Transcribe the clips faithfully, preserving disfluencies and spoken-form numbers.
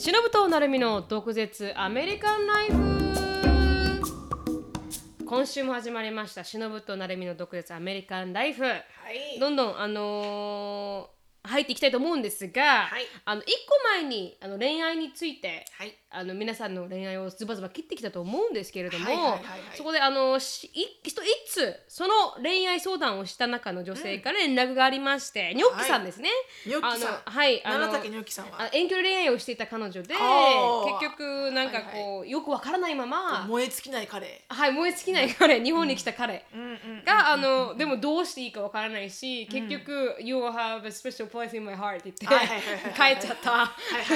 しのぶとなるみの毒舌アメリカンライフ。今週も始まりましたしのぶとなるみの毒舌アメリカンライフ、はい、どんどんあのー入っていきたいと思うんですが、はい、あのいっこまえにあの恋愛について、はい、あの皆さんの恋愛をズバズバ切ってきたと思うんですけれども、はいはいはいはい、そこであのしい一つその恋愛相談をした中の女性から連絡がありまして、うん、ニョッキさんですね、 ニョッキさん、 はい、 あの七ニョッキさんは遠距離恋愛をしていた彼女で、結局なんかこう、はいはい、よくわからないまま燃え尽きない彼、 はい、燃え尽きない彼、うん、日本に来た彼が、あのでもどうしていいかわからないし、結局、うん、You have a special place in my heart って言って帰っちゃった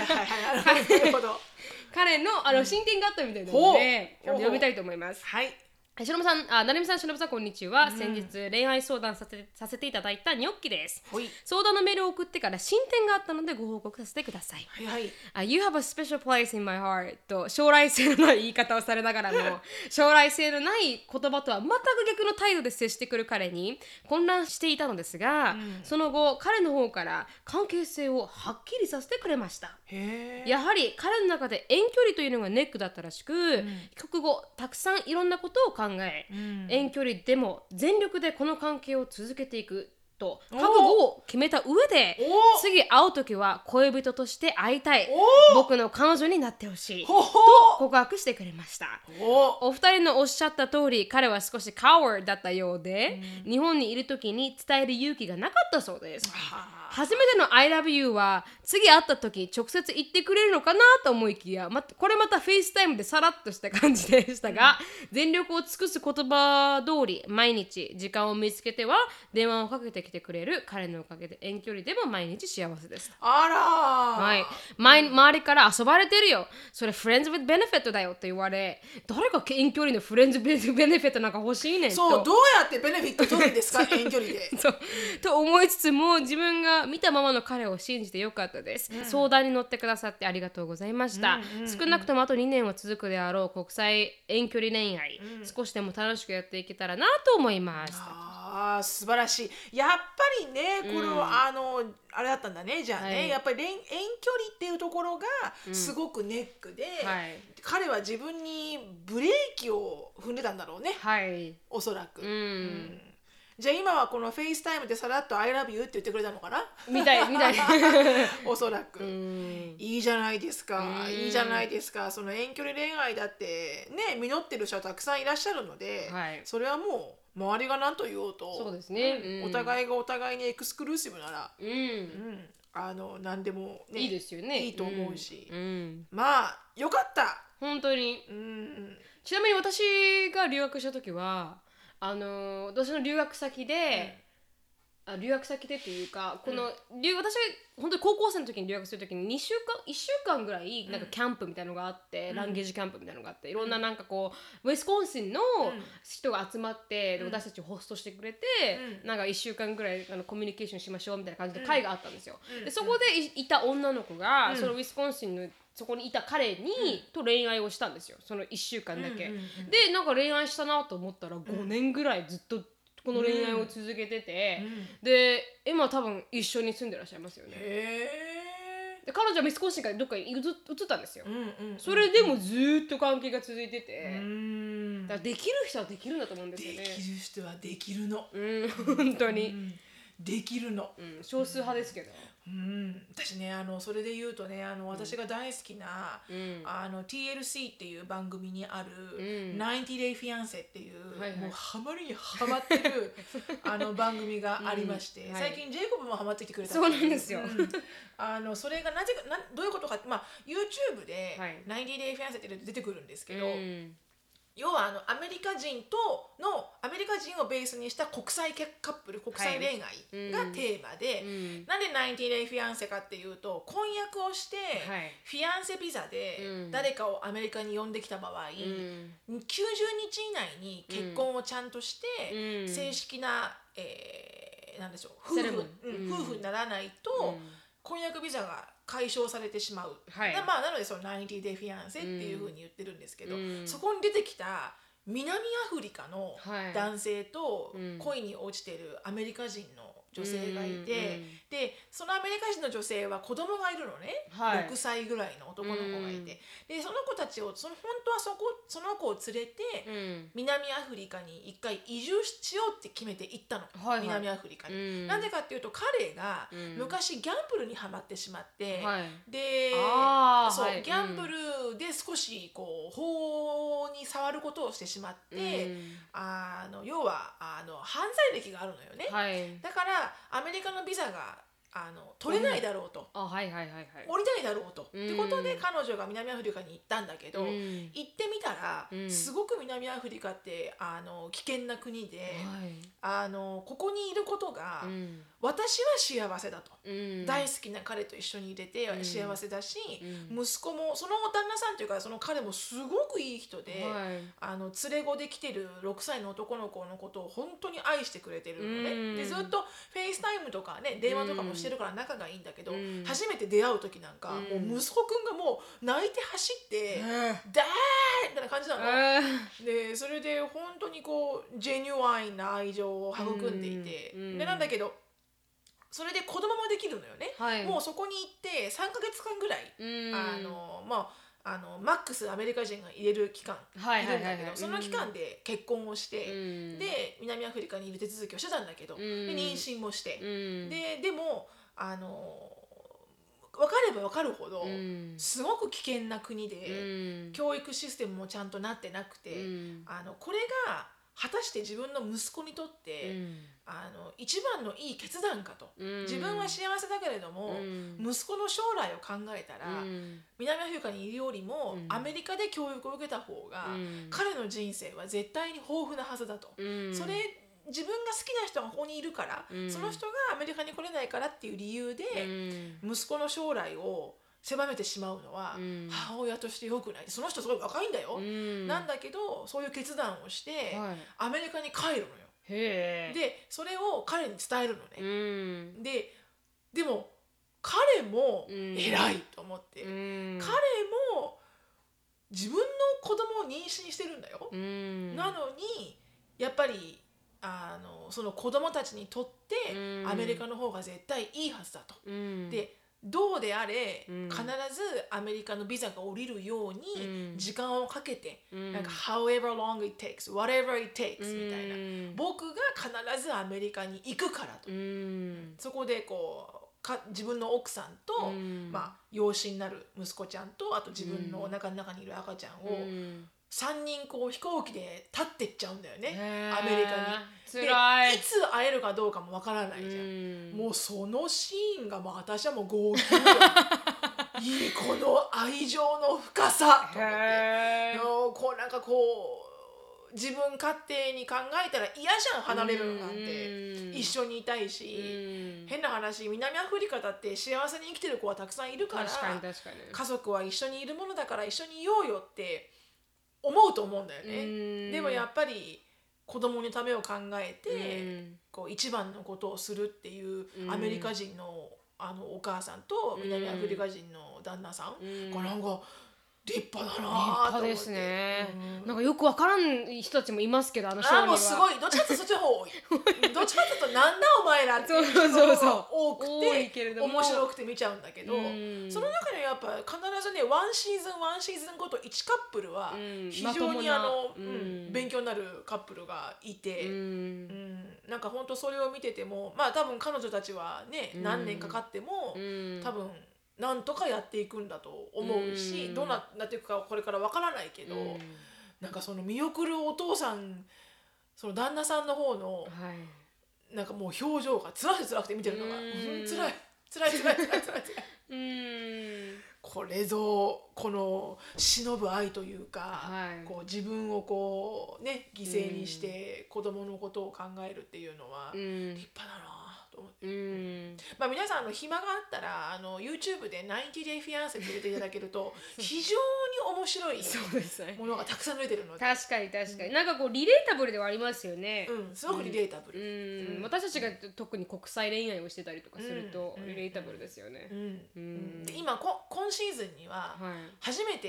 彼のあの進展があったみたいなので、うん、読みたいと思います。はい、しのぶさん、あ、なるみさん、しのぶさん、こんにちは、うん、先日恋愛相談させ、させていただいたニョッキです。相談のメールを送ってから進展があったのでご報告させてください。はいはい、uh, You have a special place in my heart と将来性のない言い方をされながらも将来性のない言葉とは全く逆の態度で接してくる彼に混乱していたのですが、うん、その後彼の方から関係性をはっきりさせてくれました。へー、やはり彼の中で遠距離というのがネックだったらしく、うん、帰国後たくさんいろんなことを考え、うん、遠距離でも全力でこの関係を続けていくと覚悟を決めた上で、次会う時は恋人として会いたい、僕の彼女になってほしいと告白してくれました。お二人のおっしゃった通り、彼は少しカワードだったようで、うん、日本にいる時に伝える勇気がなかったそうです。初めての I love you は次会った時直接言ってくれるのかなと思いきや、ま、これまたフェイスタイムでさらっとした感じでしたが、うん、全力を尽くす言葉通り毎日時間を見つけては電話をかけてきてくれる彼のおかげで遠距離でも毎日幸せです。 あらー、 はい、前、周りから遊ばれてるよ、それ Friends with Benefit だよって言われ、誰が遠距離の Friends with Benefit なんか欲しいねんと。 そう、どうやってベネフィット取るんですか遠距離でそうと思いつつも、自分が見たままの彼を信じてよかったです、うん、相談に乗ってくださってありがとうございました、うんうんうん、少なくともあとにねんは続くであろう国際遠距離恋愛、うん、少しでも楽しくやっていけたらなと思います。 あー、素晴らしい。やっぱりね、これは、うん、あのあれだったんだね、じゃあね、はい、やっぱり遠距離っていうところがすごくネックで、うん、はい、彼は自分にブレーキを踏んでたんだろうね、はい、おそらく、うんうん、じゃあ今はこのフェイスタイムでさらっと I love you って言ってくれたのかなみたいみたいおそらく、うん、いいじゃないですか、うん、いいじゃないですか。その遠距離恋愛だってね、実ってる人はたくさんいらっしゃるので、はい、それはもう周りが何と言おうと、 そうですね、うん、 お互いがお互いにエクスクルーシブなら、うんうん、あの何でも、ね、 いいですよね、 いいと思うし、 うんうん、 まあよかった本当に、うん、ちなみに私が留学した時はあの私の留学先で、うん、あ留学先でっていうかこの、うん、留私が本当に高校生の時に留学する時ににしゅうかんいっしゅうかんぐらいなんかキャンプみたいなのがあって、うん、ランゲージキャンプみたいなのがあって、いろんななんかこうウィスコンシンの人が集まって、うん、私たちをホストしてくれて、うん、なんかいっしゅうかんぐらいあのコミュニケーションしましょうみたいな感じで会があったんですよ、うん、でそこで い, いた女の子が、うん、そのウィスコンシンのそこにいた彼に、うん、と恋愛をしたんですよ、そのいっしゅうかんだけ、うんうんうん、でなんか恋愛したなと思ったらごねんぐらいずっとこの恋愛を続けてて、うん、で今多分一緒に住んでらっしゃいますよね。へー、で彼女はミスコンシンからどっかに移ったんですよ、うんうんうんうん、それでもずっと関係が続いてて、うん、だからできる人はできるんだと思うんですよね。 できる人はできるの、 うん、本当に、うん、 できるの、 うん、少数派ですけど、 うん、私ね、あのそれで言うとね、あの私が大好きな、うん、あの ティーエルシー っていう番組にある、うん、ナインティ Day Fiancé っていう、はいはい、もうハマりにハマってるあの番組がありまして、うん、はい、最近ジェイコブもハマってきてくれた。 そうなんですよ、うん、 あのそれがなぜかなどういうことか、まあ、YouTube で、はい、ナインティ Day Fiancé って出てくるんですけど、うん、要はあのアメリカ人とのアメリカ人をベースにした国際カップル、国際恋愛がテーマで、はい、うん、なんでナインティ Day Fiancé かっていうと、婚約をして、はい、フィアンセビザで誰かをアメリカに呼んできた場合、うん、きゅうじゅうにち以内に結婚をちゃんとして、うん、正式な、えー、なんでしょう、夫婦、うん、夫婦にならないと、うん、婚約ビザが解消されてしまう、はい、まあ、なのでそのナインティ Day Fiancé っていう風に言ってるんですけど、うん、そこに出てきた南アフリカの男性と恋に落ちてるアメリカ人の女性がいて、うんうん、でそのアメリカ人の女性は子供がいるのね、はい、ろくさいぐらいの男の子がいて、うん、でその子たちをその本当はそこその子を連れて、うん、南アフリカに一回移住しようって決めて行ったの、はいはい、南アフリカに、うん、なんでかっていうと彼が昔ギャンブルにはまってしまって、はい、でそう、はい、ギャンブルで少しこう法に触ることをしてしまって、うん、あの要はあの犯罪歴があるのよね、はい、だからアメリカのビザがあの取れないだろうと、降りたいだろうと、ってことで彼女が南アフリカに行ったんだけど、うん、行ってみたら、うん、すごく南アフリカってあの危険な国で、はい、あのここにいることが、うん、私は幸せだと、うん、大好きな彼と一緒にいれて幸せだし、うん、息子もその旦那さんというかその彼もすごくいい人で、はい、あの連れ子で来てるろくさいの男の子のことを本当に愛してくれてるのね、うん、でずっとフェイスタイムとかね電話とかもしてるから仲がいいんだけど、うん、初めて出会う時なんか、うん、もう息子くんがもう泣いて走って「ダー!」みたいな感じなの、でそれで本当にこうジェニュアイな愛情を育んでいて、うん、でなんだけどそれで子供もできるのよね、はい、もうそこに行ってさんかげつかんぐらい、うん、あのまああのマックスアメリカ人が入れる期間いるんだけど、その期間で結婚をして、うん、で南アフリカにいる手続きをしてたんだけど、うん、で妊娠もして、うん、ででもあの分かれば分かるほど、うん、すごく危険な国で、うん、教育システムもちゃんとなってなくて、うん、あのこれが果たして自分の息子にとって、うん、あの一番のいい決断かと、うん、自分は幸せだけれども、うん、息子の将来を考えたら、うん、南アフリカにいるよりも、うん、アメリカで教育を受けた方が、うん、彼の人生は絶対に豊富なはずだと、うん、それ自分が好きな人がここにいるから、うん、その人がアメリカに来れないからっていう理由で、うん、息子の将来を狭めてしまうのは、うん、母親として良くない。その人すごい若いんだよ、うん、なんだけどそういう決断をして、はい、アメリカに帰るのよ。へー。でそれを彼に伝えるのね、うん、ででも彼も偉いと思って、うん、彼も自分の子供を妊娠してるんだよ、うん、なのにやっぱりあのその子供たちにとってアメリカの方が絶対いいはずだと、うん、でどうであれ、うん、必ずアメリカのビザが下りるように時間をかけて、うん、なんか however long it takes whatever it takes、うん、みたいな、僕が必ずアメリカに行くからと、うん、そこでこうか自分の奥さんと、うん、まあ養子になる息子ちゃんとあと自分のお腹の中にいる赤ちゃんを、うんさんにんこう飛行機で立ってっちゃうんだよね、アメリカに。辛い。でいつ会えるかどうかもわからないじゃん。うんもうそのシーンがもう私はもう号泣いいこの愛情の深さと思ってのこうなんかこう自分勝手に考えたら嫌じゃん離れるのなんて、一緒にいたいし、変な話南アフリカだって幸せに生きてる子はたくさんいるから、確かに確かに家族は一緒にいるものだから一緒にいようよって思うと思うんだよね。でもやっぱり子供のためを考えてこう一番のことをするっていうアメリカ人のあのお母さんと南アフリカ人の旦那さんがなんか立派だなと思って。立派ですね、うん、なんかよくわからん人たちもいますけど、あのショーには。あもうすごいどっちかというとそっちの方多いどっちかというとなんだお前らっていう人が多くて面白くて見ちゃうんだけど、その中でやっぱ必ずねワンシーズンワンシーズンごといちカップルは非常にあの、うん、勉強になるカップルがいて、うんうん、なんか本当それを見ててもまあ多分彼女たちはね何年かかっても、うん、多分なんとかやっていくんだと思うし、うん、どうなっていくかこれからわからないけど、うん、なんかその見送るお父さんその旦那さんの方の、はい、なんかもう表情が辛くて辛くて見てるのが、うん、辛い辛い辛い辛い辛い辛いうんこれぞこの忍ぶ愛というか、はい、こう自分をこうね犠牲にして子供のことを考えるっていうのは立派だなと思って、うんまあ、皆さんの暇があったらあの YouTube でナインティデイフィアンセって入れていただけると非常に面白いものがたくさん出てるので確かに確かに、うん、なんかこうリレータブルではありますよね。 うんすごくリレータブル、 うんうん、私たちが特に国際恋愛をしてたりとかすると、うん、リレータブルですよね、うんうんうん、で今こ今シーズンには初めて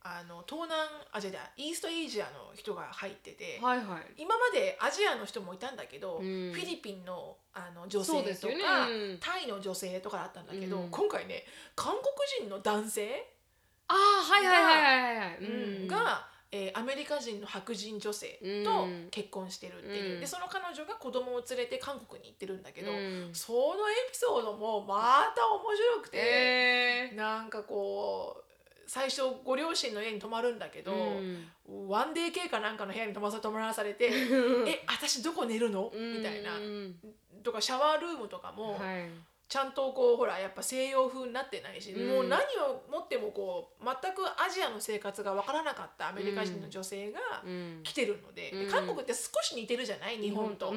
あの東南アジアでイーストエイジアの人が入ってて、 はいはい、 今までアジアの人もいたんだけど、うん、フィリピンの、あの女性とか、ねうん、タイの女性とかだったんだけど、うん、今回ね韓国人の男性あはいはいはいはいはい、 うん、が、えー、アメリカ人の白人女性と結婚してるっていう、うん、でその彼女が子供を連れて韓国に行ってるんだけど、うん、そのエピソードもまた面白くて、えー、なんかこう最初ご両親の家に泊まるんだけど、うん、ワンデー系かなんかの部屋に泊まらされてえ私どこ寝るのみたいなとかシャワールームとかも、はい、ちゃんとこうほらやっぱ西洋風になってないし、うん、もう何をもってもこう全くアジアの生活が分からなかったアメリカ人の女性が来てるので、うん、で韓国って少し似てるじゃない日本と、うん、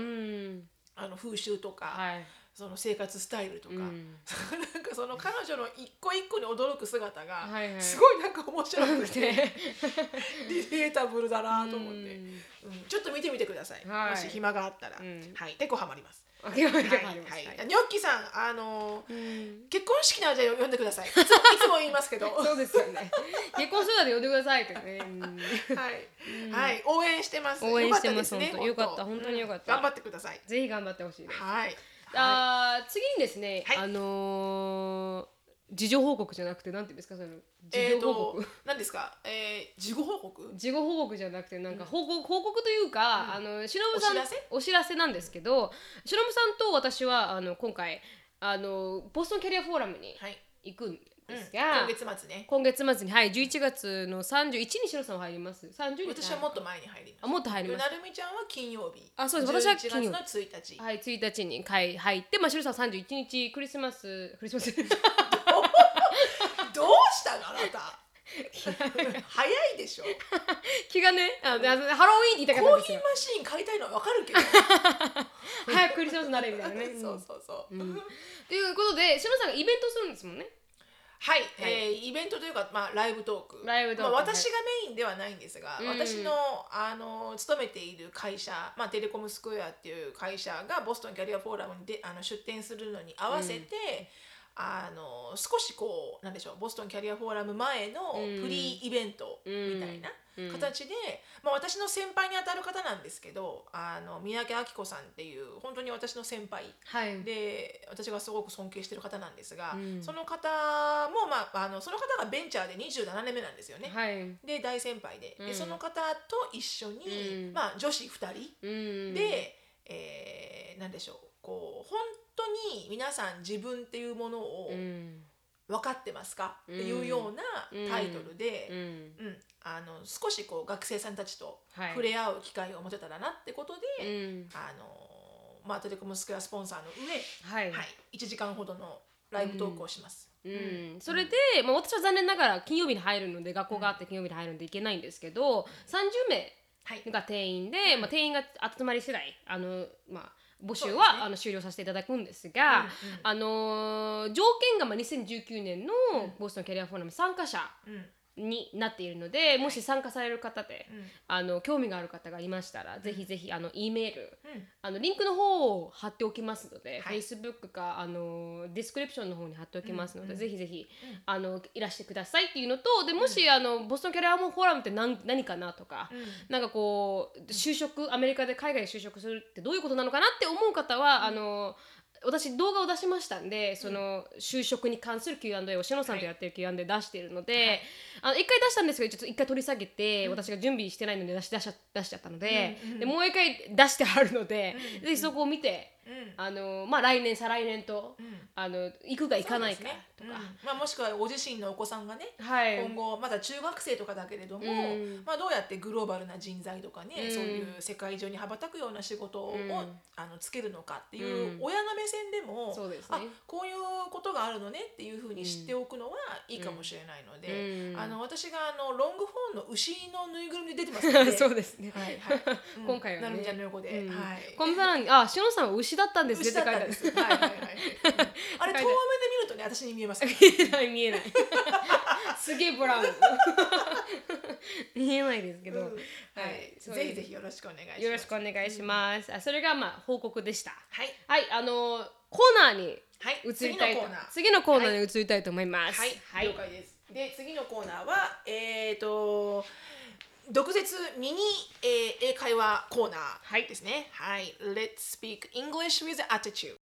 あの風習とか、はい、その生活スタイルとか、うん、なんかその彼女の一個一個に驚く姿がすごいなんか面白くて、はいはい、リレータブルだなと思って、うんうん、ちょっと見てみてください、はい、もし暇があったら、うん、はい、結構ハマります。はいはいはい、ニョッキさん、あのーうん、結婚式のじゃ呼んでください。いつも、いつも言いますけど。 そうですよね。結婚するので呼んでくださいってね。 はい、うん、はい、応援してます。 応援してます。本当よかった、本当によかった。 頑張ってください。 ぜひ頑張ってほしいです。 はい。 あ、次にですね、はい、あのー。事情報告じゃなくてなんていうんですかその事情報告、 えー、何ですか、えー、事後報告事後報告じゃなくてなんか報告、うん、報告というか、うん、あのしのぶさんお知らせお知らせなんですけどしのぶさんと私はあの今回あのボストンキャリアフォーラムに行くんですが、 うん、今月末ね今月末にはいじゅういちがつのさんじゅういちにちにしのさんは入りますさんじゅうにち私はもっと前に入りますあもっと入りますなるみちゃんは金曜日あそうです私は金曜日じゅういちがつのついたちはいついたちに入ってまあしのさんはさんじゅういちにちクリスマスクリスマスどうしたのあなた早いでしょ気がねあのハロウィーンって言いたかったんですよコーヒーマシーン買いたいのは分かるけど早くクリスマスになれみたいなねそうそうそう、うん、 ということでしのさんがイベントするんですもんねはい、はいえー、イベントというか、まあ、ライブトークライブトーク、 まあ、私がメインではないんですが、はい、私の、あの勤めている会社、まあ、テレコムスクエアっていう会社がボストンキャリアフォーラムにであの出展するのに合わせて、うんあの少しこうなんでしょうボストンキャリアフォーラム前のプリイベントみたいな形で、うんまあ、私の先輩にあたる方なんですけどあの三宅明子さんっていう本当に私の先輩、はい、で私がすごく尊敬してる方なんですが、うん、その方も、まあ、あのその方がベンチャーでにじゅうななねんめなんですよね、はい、で大先輩 で,、うん、でその方と一緒に、うんまあ、女子ふたりで、うんえー、なんでしょうこう本当に皆さん自分っていうものを分かってますか、うん、っていうようなタイトルで、うんうん、あの少しこう学生さんたちと触れ合う機会を持てたらなってことで、はいあのまあ、テレコムスクエアスポンサーの上、はいはい、いちじかんほどのライブトークをします。 うんうん、それで、まあ、私は残念ながら金曜日に入るので学校があって金曜日に入るので行けないんですけど、うん、さんじゅうめいが定員で、はいまあ、定員が集まり次第あの、まあ募集は、ね、あの終了させていただくんですが、うんうんあのー、条件がまあにせんじゅうきゅうねんのボストンキャリアフォーラム参加者になっているので、うん、もし参加される方で、はい、あの興味がある方がいましたら、うん、ぜひぜひあの E メール、うん、あのリンクの方を貼っておきますので、はい、Facebook かあのディスクリプションの方に貼っておきますので、うんうん、ぜひぜひ、うん、あのいらしてくださいっていうのとでもし、うん、あのボストンキャリアフォーラムって 何, 何かなとか、うん、なんかこう就職アメリカで海外で就職するってどういうことなのかなって思う方は、うん、あの私動画を出しましたんでその就職に関する キューアンドエー をしのさんとやってる キューアンドエー 出しているので、はい、あのいっかい出したんですけどちょっといっかい取り下げて、うん、私が準備してないので出し出し出しちゃったので、うんうん、でもういっかい出してあるので、うんうん、ぜひそこを見て、うんあのまあ、来年再来年と、うん、あの行くか行かないかとか、ねうんまあ、 もしくはご自身のお子さんがね、 はい、 今後まだ中学生とかだけれども、うんまあ、どうやってグローバルな人材とかね、うん、そういう世界中に羽ばたくような仕事を、うん、あのつけるのかっていう親の目線でも、うんそうですね、あこういうことがあるのねっていうふうに知っておくのはいいかもしれないので、うん、あの私があのロングフォーンの牛のぬいぐるみで出てますのでそうですね、 はいはいうん、 今回はねなるみちゃんの横で、うんはい、 コムさんあしのさんは牛だったんですねって書いてあるんです。 はいはいはい、あれ遠目で見るとね私に見えます。 見えない見えない。すげえブラウン。見えないですけど、うん、はい、 ぜひぜひよろしくお願いします。 よろしくお願いします。うん、あそれがまあ報告でした。 はい。 はい、あのコーナーに移りたいと、はい、次のコーナーに移りたいと思います。 はい、はい、了解です。 で次のコーナーはえっ、ー、と毒舌ミニ、えー、英会話コーナーですね。はい。はい、Let's speak English with attitude.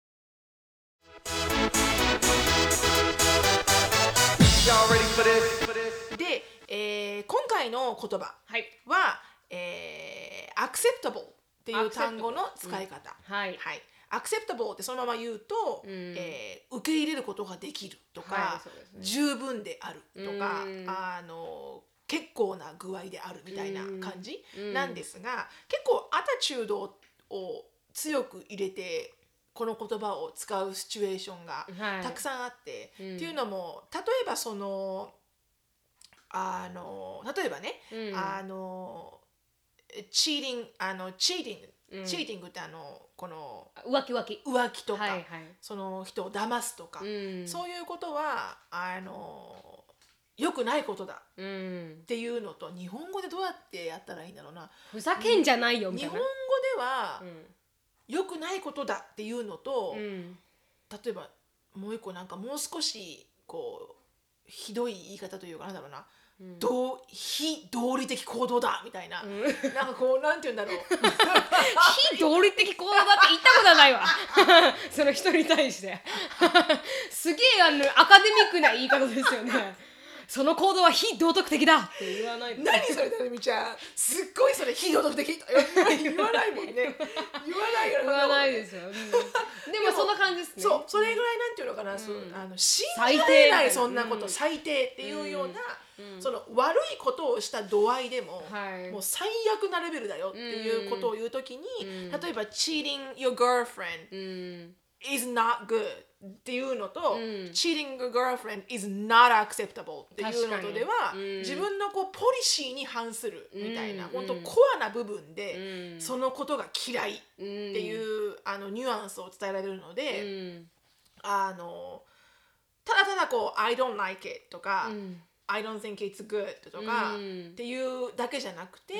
で、えー、今回の言葉は、はい、えー、acceptable っていう単語の使い方。うん、はい。はい。acceptable ってそのまま言うと、うん、えー、受け入れることができるとか、はいね、十分であるとか、あの結構な具合であるみたいな感じなんですが、結構アタチュードを強く入れてこの言葉を使うシチュエーションがたくさんあって、はい、っていうのも例えばそのあの例えばね、うん、あのチーティングあのチーティングうん、チーティングってあのこの浮気浮気浮気とか、はいはい、その人を騙すとか、うん、そういうことはあの良くないことだっていうのと、うん、日本語でどうやってやったらいいんだろうな。 ふざけんじゃないよみたいな。 日本語では、うん、良くないことだっていうのと、うん、例えばもう一個なんかもう少しこうひどい言い方というかなんだろうな。うん、非道理的行動だみたいな、うん、なんかこうなんて言うんだろう非道理的行動だって言ったことはないわその人に対してすげえあのアカデミックな言い方ですよねその行動は非道徳的だって言わない何それなるみちゃんすっごいそれ非道徳的と言わないもんね言わないよ言わないですよ、うん、でもそんな感じですね。 そうそれぐらいなんていうのかな、うん、そうあの信じられないそんなこと、うん、最低っていうような、うん、その悪いことをした度合いでも、はい、もう最悪なレベルだよっていうことを言うときに、うん、例えば cheating your girlfriend、うん、is not goodっていうのと、うん、cheating a girlfriend is not acceptable っていうのとでは、うん、自分のこうポリシーに反するみたいな、うん、本当コアな部分で、うん、そのことが嫌いっていう、うん、あのニュアンスを伝えられるので、うん、あのただただこう I don't like it とか、うん、I don't think it's good とか、うん、っていうだけじゃなくて、うん、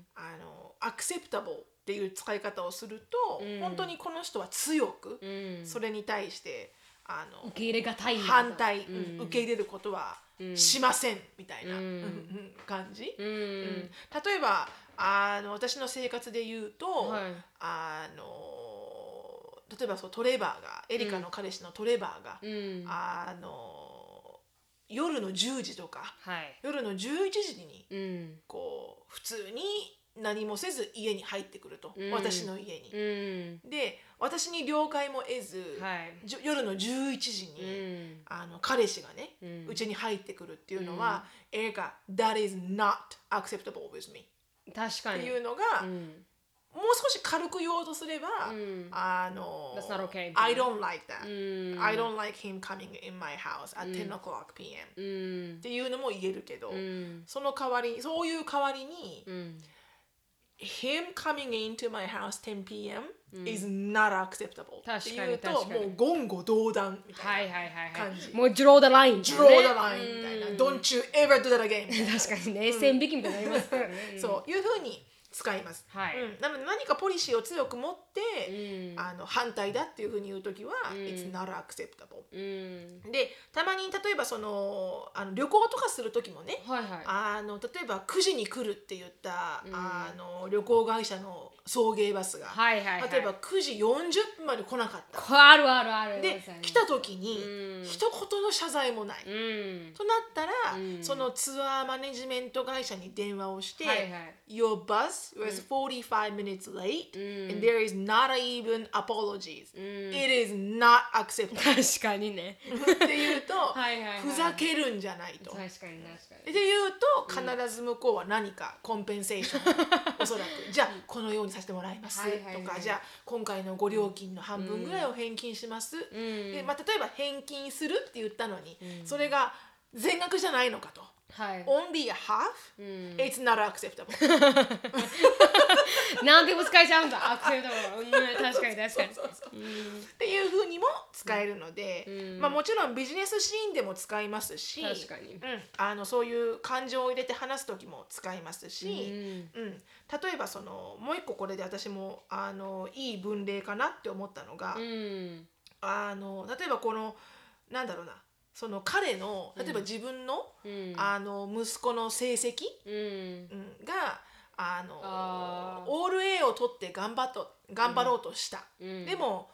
あの acceptableっていう使い方をすると、うん、本当にこの人は強く、うん、それに対してあの受け入れがたい反対、うん、受け入れることはしません、うん、みたいな、うん、感じ、うんうん、例えばあの私の生活で言うと、はい、あの例えばそうトレバーがエリカの彼氏のトレバーが、うん、あの夜のじゅうじとか、はい、夜のじゅういちじに、うん、こう普通に何もせず家に入ってくると、うん、私の家に、うん、で私に了解も得ず、はい、夜のじゅういちじに、うん、あの彼氏がねうち、ん、に入ってくるっていうのは、うん、映画 That is not acceptable with me 確かにっていうのが、うん、もう少し軽く言おうとすれば、うん、あの That's not okay I don't like that、うん、I don't like him coming in my house at、うん、ten o'clock p m、うん、っていうのも言えるけど、うん、その代わりにそういう代わりに、うんHim coming into my house ten p m、うん、is not acceptable っていうともう言語道断みたいな感じ、 もう draw the line ね、 draw the line みたいな、うん、Don't you ever do that again 確かにね、線引きみたいになりますからね、 うん、そういうふうに使います、はい、うん、なので何かポリシーを強く持って、うん、あの反対だっていうふうに言うときは、うん、It's not acceptable、うん、でたまに例えばそのあの旅行とかするときもね、はいはい、あの例えばくじに来るって言った、うん、あの旅行会社の送迎バスが、はいはいはい、例えばくじよんじゅっぷんまで来なかったあるあるあるで来たときに、うん、一言の謝罪もない、うん、となったら、うん、そのツアーマネジメント会社に電話をして、はいはい、Your bus was forty-five minutes late、うん、and there is not even apologies、うん、It is not acceptable 確かにねって言うとはいはい、はい、ふざけるんじゃないと確かに確かにって言うと必ず向こうは何かコンペンセーション、うん、おそらくじゃあこのようにさせてもらいます、はいはいはい、とかじゃあ今回のご料金の半分ぐらいを返金します、うん、でまあ、例えば返金するって言ったのに、うん、それが全額じゃないのかと、はい、Only a half、うん、It's not acceptable 何でも使えちゃうんだ acceptable、うん、確かに確かにそうそうそう、 うん、っていう風にも使えるので、うんまあ、もちろんビジネスシーンでも使いますし確かに、 うん、あのそういう感情を入れて話す時も使いますし、うんうん、例えばそのもう一個これで私もあのいい文例かなって思ったのが、うん、あの例えばこのなんだろうなその彼の例えば自分の、うん、あの息子の成績、うん、があのあオール A を取って頑張っと頑張ろうとした、うん、でも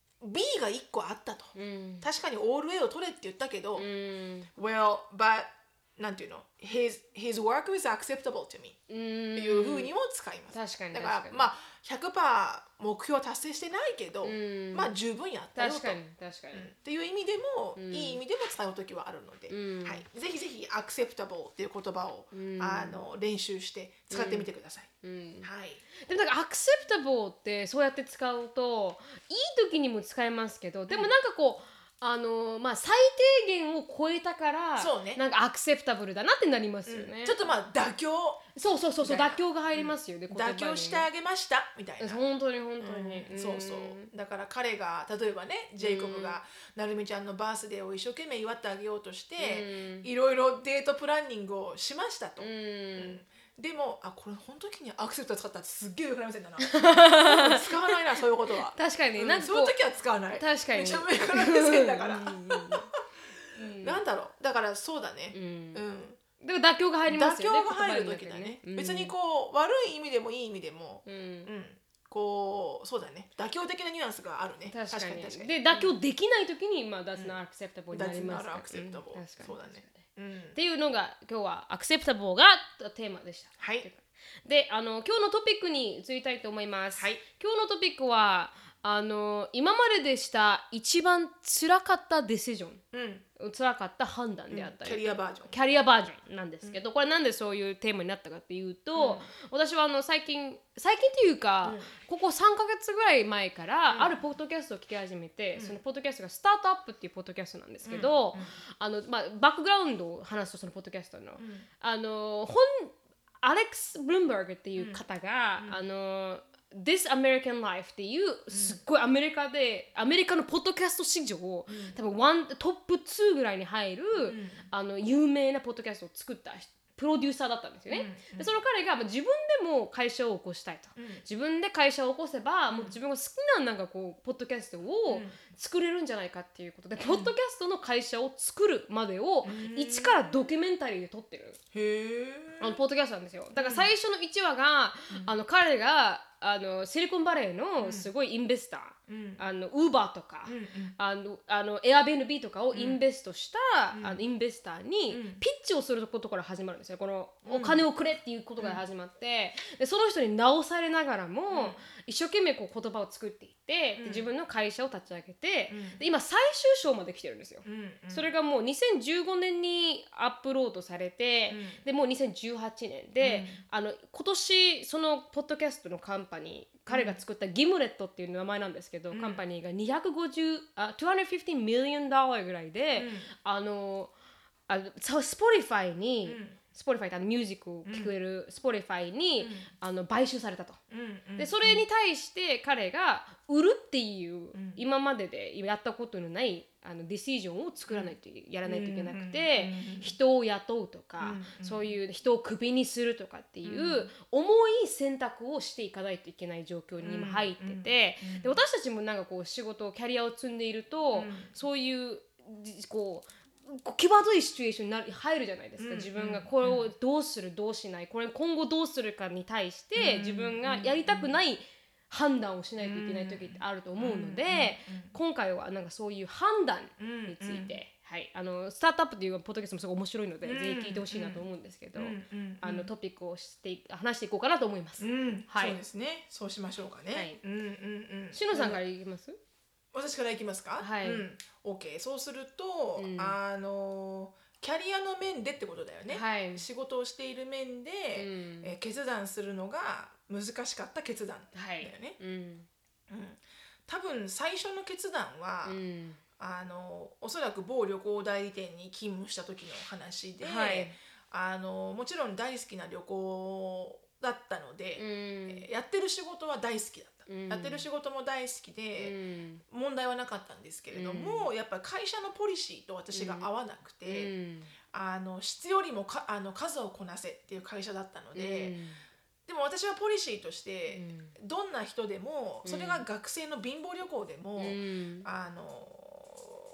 B がいっこあったと、うん、確かにオール A を取れって言ったけど、うん、Well, but なんていうの his, his work is acceptable to me っていうふうにも使います。 確かにだからまあ ひゃくパーセント 目標達成してないけど、まあ十分やったよと確かに確かに、 うん、っていう意味でも、いい意味でも使うときはあるので、はい、ぜひぜひ acceptable っていう言葉を、あの練習して使ってみてください。はい。 でもなんか acceptable ってそうやって使うといい時にも使えますけど、でもなんかこうあのまあ、最低限を超えたからそう、ね、 なんかアクセプタブルだなってなりますよね、 うん、ちょっとまあ妥協そうそうそうそう妥協が入りますよね、 うん、妥協してあげましたみたいな本当に本当に、 うん、そうそうだから彼が例えばねジェイコブがなるみちゃんのバースデーを一生懸命祝ってあげようとして、うん、いろいろデートプランニングをしましたと、うんうんでもあこれ本当にアクセプト使ったってすっげえよくなりませんだな使わないなそういうことは確かに、 うん、なんかそういう時は使わない確かにめちゃめちゃよくなりませんだからなんだろうだからそうだね、うんうん、でも妥協が入りますよね妥協が入る時だね、うん、別にこう悪い意味でもいい意味でも、うんうん、こうそうだね妥協的なニュアンスがあるね確かに確かに確かにで妥協できない時に、まあ、That's not acceptable になりますから、 That's not acceptable、うん、そうだねうん、っていうのが今日はアクセプタブルがテーマでした。 はい。 で、あの今日のトピックに移りたいと思います。はい。今日のトピックはあの今まででした一番辛かったディシジョン、うん、辛かった判断であったり、 うん、キャリアバージョン、 キャリアバージョンなんですけど、うん、これなんでそういうテーマになったかっていうと、うん、私はあの最近最近というか、うん、ここさんかげつぐらい前から、うん、あるポッドキャストを聞き始めて、うん、そのポッドキャストがスタートアップっていうポッドキャストなんですけど、うんうんあのまあ、バックグラウンドを話すとそのポッドキャストの、うん、あの本アレックス・ブルームバーグっていう方が、うん、あのThis American Life っていうすっごいアメリカで、うん、アメリカのポッドキャスト史上、うん、多分ワントップツーぐらいに入る、うん、あの有名なポッドキャストを作ったプロデューサーだったんですよね、うんうん、でその彼が自分でも会社を起こしたいと、うん、自分で会社を起こせば、うん、もう自分が好きななんかこうポッドキャストを作れるんじゃないかっていうことで、うん、ポッドキャストの会社を作るまでを一からドキュメンタリーで撮ってる、 へーあのポッドキャストなんですよ。だから最初のいちわが、うん、あの彼があのシリコンバレーのすごいインベスター、うん、あのウーバーとか、うんうん、あのあの Airbnb とかをインベストした、うん、あのインベスターにピッチをすることから始まるんですよ。このお金をくれっていうことから始まって、うん、でその人に直されながらも、うん、一生懸命こう言葉を作っていって、うん、で自分の会社を立ち上げて、うん、で今最終章まで来てるんですよ、うんうん、それがもうにせんじゅうごねんにアップロードされて、うん、でもうにせんじゅうはちねんで、うん、あの今年そのポッドキャストのカンパニー彼が作ったギムレットっていう名前なんですけど、うん、カンパニーがにひゃくごじゅうあにひゃくごじゅうミリオンドルぐらいで、うん、あのあスポティファイに、うん、スポティファイってあのミュージックを聴けるスポティファイに、うん、あの買収されたと、うん、でそれに対して彼が売るっていう、うん、今まででやったことのないあのディシジョンを作らないと、うん、やらないといけなくて、うん、人を雇うとか、うん、そういう人をクビにするとかっていう重い選択をしていかないといけない状況に今入ってて、で私たちもなんかこう仕事キャリアを積んでいると、うん、そういうこう際どいシチュエーションになる入るじゃないですか、うん、自分がこれをどうするどうしないこれ今後どうするかに対して、うん、自分がやりたくない判断をしないといけない時ってあると思うので、うん、今回はなんかそういう判断について、うんはい、あのスタートアップっていうポッドキャストもすごい面白いので、うん、ぜひ聞いてほしいなと思うんですけど、うん、あのトピックをして話していこうかなと思います、 うんはい、そうですねそうしましょうかね、はいうんうんうん、 しのさんからいきます、 私からいきますか、 はいうん、 OK そうすると、うん、あのキャリアの面でってことだよね、はい、仕事をしている面で、うんえ決断するのが難しかった決断だよね、はいうんうん、多分最初の決断は、うん、あのおそらく某旅行代理店に勤務した時の話で、はい、あのもちろん大好きな旅行だったので、うんえやってる仕事は大好きだった、うん、やってる仕事も大好きで、うん、問題はなかったんですけれども、うん、やっぱり会社のポリシーと私が合わなくて、うん、あの質よりもかあの数をこなせっていう会社だったので、うんでも私はポリシーとして、うん、どんな人でもそれが学生の貧乏旅行でも、うん、あの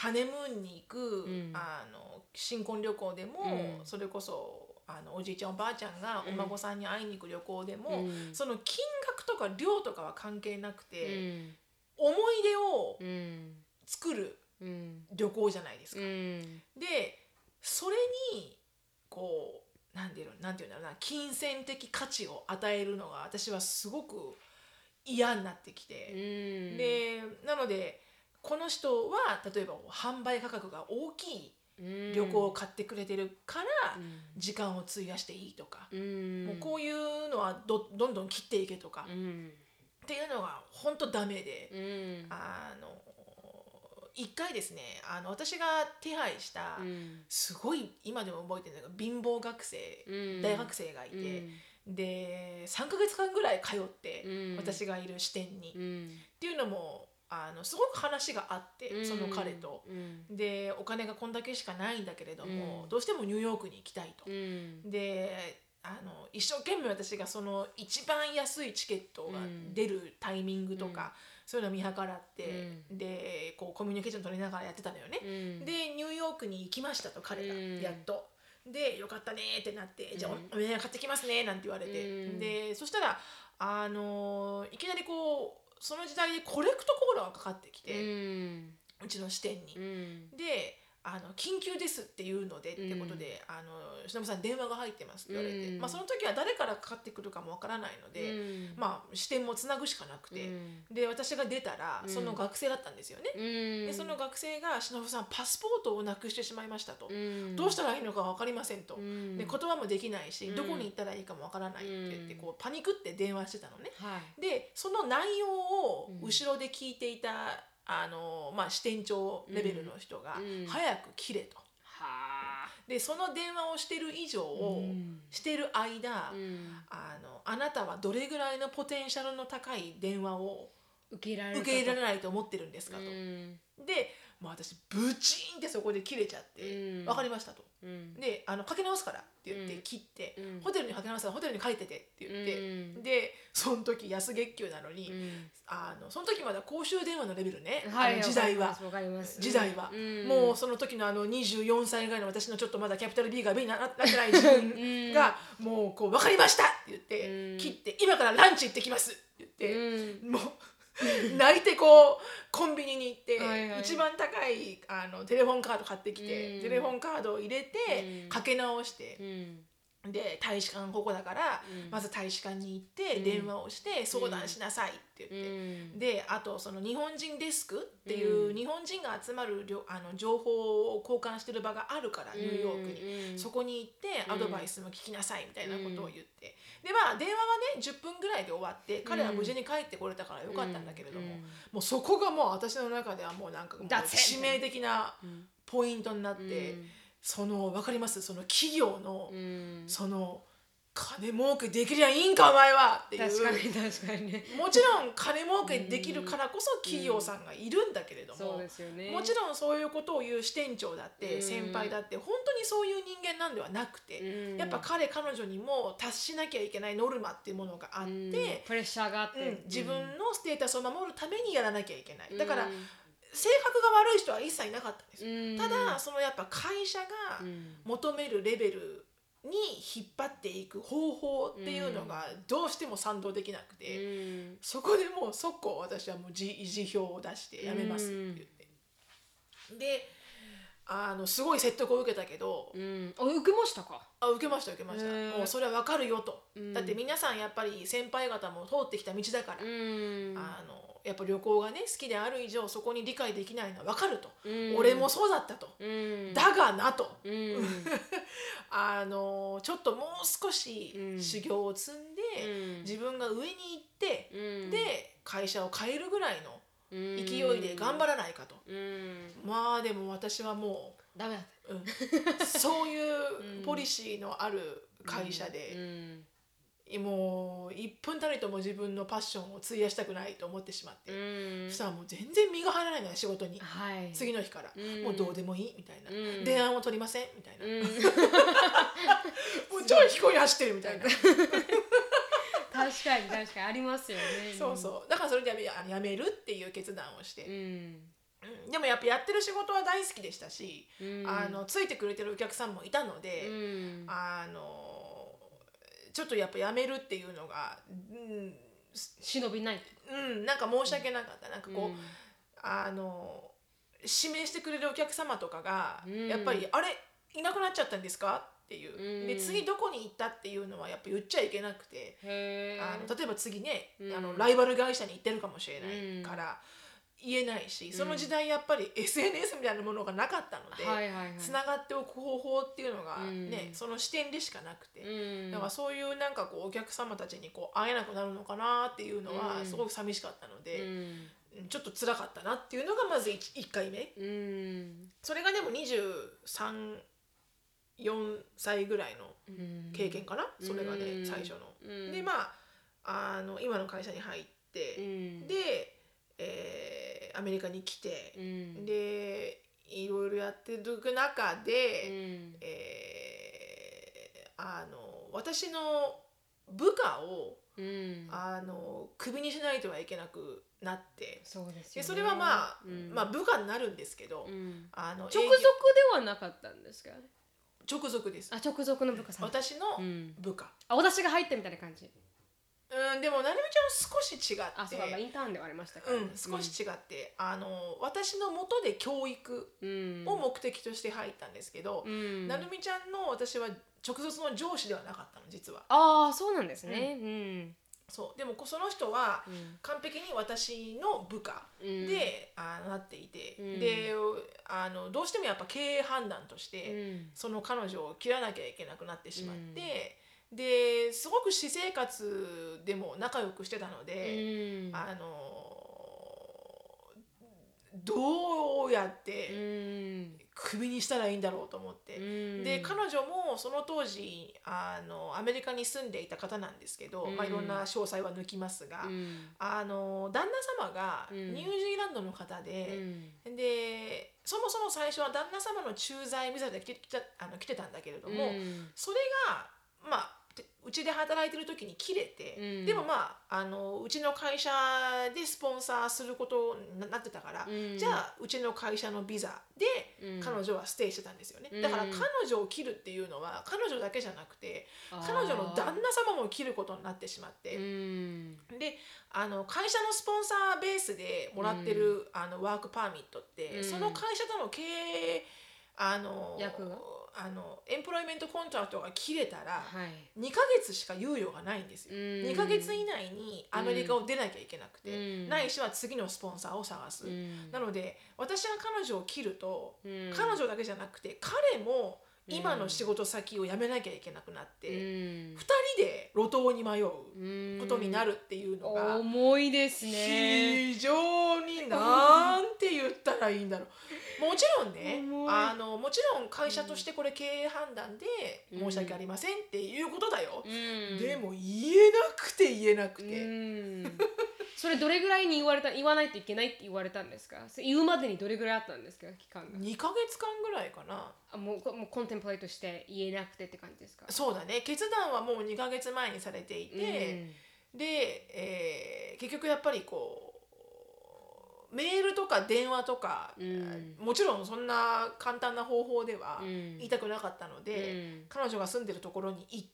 ハネムーンに行く、 うん、 あの新婚旅行でも、うん、それこそあのおじいちゃんおばあちゃんがお孫さんに会いに行く旅行でも、うん、その金額とか量とかは関係なくて、うん、思い出を作る旅行じゃないですか、うん、でそれにこうなんていうの、なんていうんだろうな、金銭的価値を与えるのが私はすごく嫌になってきて、うん、でなのでこの人は例えば販売価格が大きい旅行を買ってくれてるから時間を費やしていいとか、うん、もうこういうのは ど, どんどん切っていけとか、うん、っていうのが本当ダメで、うん、あの一回ですね、あの私が手配したすごい今でも覚えてるのが貧乏学生、うん、大学生がいて、うん、でさんかげつかんぐらい通って、うん、私がいる支店に、うん、っていうのもあのすごく話があって、うん、その彼と、うん、でお金がこんだけしかないんだけれども、うん、どうしてもニューヨークに行きたいと、うん、であの一生懸命私がその一番安いチケットが出るタイミングとか、うん、そういうのを見計らって、うん、でこうコミュニケーション取りながらやってたのよね、うん、でニューヨークに行きましたと彼が、うん、やっとでよかったねってなって、うん、じゃあ お, お土産買ってきますねなんて言われて、うん、でそしたらあのいきなりこうその時代でコレクトコールがかかってきて、うん、うちの支店に、うん、であの緊急ですっていうので、うん、ってことであのしのぶさん電話が入ってますって言われて、うん、まあ、その時は誰からかかってくるかもわからないので、うん、まあ、視点もつなぐしかなくて、うん、で私が出たらその学生だったんですよね、うん、でその学生がしのぶさんパスポートをなくしてしまいましたと、うん、どうしたらいいのかわかりませんと、うん、で言葉もできないし、うん、どこに行ったらいいかもわからないって言ってこうパニクって電話してたのね、はい、でその内容を後ろで聞いていたあのまあ、支店長レベルの人が早く切れと、うん、でその電話をしてる以上を、うん、してる間、うん、あのあなたはどれぐらいのポテンシャルの高い電話を受け入れられないと思ってるんですかと、うん、でもう私ブチンってそこで切れちゃって、うん、分かりましたと、うん、であのかけ直すからって言って切って、うん、ホテルにかけ直すからホテルに帰っててって言って、うん、でその時安月給なのに、うん、あのその時まだ公衆電話のレベルね、はい、あの時代は時代は、うん、もうその時のあのにじゅうよんさいぐらいの私のちょっとまだキャピタル B が B になってない自分がもうこう分かりましたって言って、うん、切って今からランチ行ってきますって言って、うん、もう泣いてこうコンビニに行って、はいはい、一番高いあのテレフォンカード買ってきて、うん、テレフォンカードを入れて、うん、かけ直して、うん、で大使館ここだから、うん、まず大使館に行って電話をして相談しなさいって言って、うん、であとその日本人デスクっていう、うん、日本人が集まるあの情報を交換してる場があるから、うん、ニューヨークに、うん、そこに行ってアドバイスも聞きなさいみたいなことを言って、うん、でまあ電話はねじゅっぷんぐらいで終わって彼は無事に帰ってこれたからよかったんだけれども、うん、もうそこがもう私の中ではもうなんかもう致命的なポイントになって、うん、その分かりますその企業の、うん、その金儲けできりゃいいんかお前はっていう、 確かに確かにね、 もちろん金儲けできるからこそ企業さんがいるんだけれども、 うん、そうですよね、 もちろんそういうことを言う支店長だって、うん、先輩だって本当にそういう人間なんではなくて、うん、やっぱ彼彼女にも達しなきゃいけないノルマっていうものがあって、うん、 プレッシャーがあって、うん、 自分のステータスを守るためにやらなきゃいけない、だから、うん、性格が悪い人は一切いなかったんです、うん、ただそのやっぱ会社が求めるレベルに引っ張っていく方法っていうのがどうしても賛同できなくて、うん、そこでもう即行私はもう辞表を出してやめますって言って、うん、であのすごい説得を受けたけど、 うん、あ受けましたか？ あ受けました受けました。もうそれは分かるよと、うん、だって皆さんやっぱり先輩方も通ってきた道だから、うん、あのやっぱ旅行がね好きである以上そこに理解できないのは分かると、うん、俺もそうだったと、うん、だがなと、うん、あのちょっともう少し修行を積んで、うん、自分が上に行って、うん、で会社を変えるぐらいの勢いで頑張らないかと、うん、まあでも私はもうダメだ、 うん、そういうポリシーのある会社で、うんうん、もういっぷんたりとも自分のパッションを費やしたくないと思ってしまって、うん、そしたらもう全然身が入らないのよ仕事に、はい、次の日から、うん、もうどうでもいいみたいな、うん、電話も取りませんみたいな、うん、もう超飛行に走ってるみたいな確かに確かにありますよね。 そうそう、だからそれでやめるっていう決断をして、うん、 でもやっぱやってる仕事は大好きでしたし、うん、あのついてくれてるお客さんもいたので、うん、あのちょっとやっぱやめるっていうのが、うん、 忍びない、 うん、なんか申し訳なかった。なんかこう、うん、あの指名してくれるお客様とかが、うん、やっぱりあれいなくなっちゃったんですかっていう、うん、で次どこに行ったっていうのはやっぱ言っちゃいけなくて、あの例えば次ね、うん、あのライバル会社に行ってるかもしれないから、言えないし、その時代やっぱり エスエヌエス みたいなものがなかったので、つながっておく方法っていうのがね、うん、その視点でしかなくて、うん、だからそういうなんかこうお客様たちにこう会えなくなるのかなっていうのはすごく寂しかったので、うん、ちょっと辛かったなっていうのがまず いっかいめ、うん、それがでもにじゅうさん、よんさいぐらいの経験かな、うん、それがね最初の、うん、でまあ、あの今の会社に入って、うん、でえー、アメリカに来て、うん、でいろいろやってる中で、うんえー、あの私の部下を、うん、あのクビにしないとはいけなくなって、 そうですよね、 でそれはまあ、うんまあ、部下になるんですけど、うん、 あの直属ではなかったんですか？ 直属です。 あ、直属の部下さん。 私の部下、 うん、あ、私が入ったみたいな感じ。 うん、でもなるみちゃんは少し違って、 あ、そうか、まあ、インターンではありましたから、ね、 うん、少し違って、うん、あの私の元で教育を目的として入ったんですけど、うん、なるみちゃんの私は直属の上司ではなかったの実は。 ああ、そうなんですね。うん、うん、 そうでもその人は完璧に私の部下で、うん、あなっていて、うん、であのどうしてもやっぱ経営判断として、うん、その彼女を切らなきゃいけなくなってしまって。うんですごく私生活でも仲良くしてたので、うん、あのどうやってクビにしたらいいんだろうと思って、うん、で彼女もその当時あのアメリカに住んでいた方なんですけど、うんまあ、いろんな詳細は抜きますが、うん、あの旦那様がニュージーランドの方で、うん、でそもそも最初は旦那様の駐在ビザで来て、来て、あの来てたんだけれども、うん、それがまあうちで働いてる時に切れて、うん、でもまあ、あのうちの会社でスポンサーすることになってたから、うん、じゃあうちの会社のビザで彼女はステイしてたんですよね、うん、だから彼女を切るっていうのは彼女だけじゃなくて、うん、彼女の旦那様も切ることになってしまって、うん、であの会社のスポンサーベースでもらってる、うん、あのワークパーミットって、うん、その会社との経営あの役があのエンプロイメントコントラクトが切れたら、はい、にかげつしか猶予がないんですよ。にかげつ以内にアメリカを出なきゃいけなくて、ないしは次のスポンサーを探す。なので私が彼女を切ると、彼女だけじゃなくて彼も今の仕事先を辞めなきゃいけなくなって、うん、ふたりで路頭に迷うことになるっていうのが重いですね。 非常になんて言ったらいいんだろう。もちろんね、あのもちろん会社としてこれ経営判断で申し訳ありませんっていうことだよ、うん、でも言えなくて言えなくて、うん、 それどれぐらいに言われた、言わないといけないって言われたんですか？言うまでにどれぐらいあったんですか、期間が？ にかげつかんぐらいかな。 あ、もう、もうコンテンプレートして言えなくてって感じですか？ そうだね、決断はもうにかげつまえにされていて、うん、で、えー、結局やっぱりこうメールとか電話とか、うん、もちろんそんな簡単な方法では言いたくなかったので、うん、彼女が住んでるところに行って、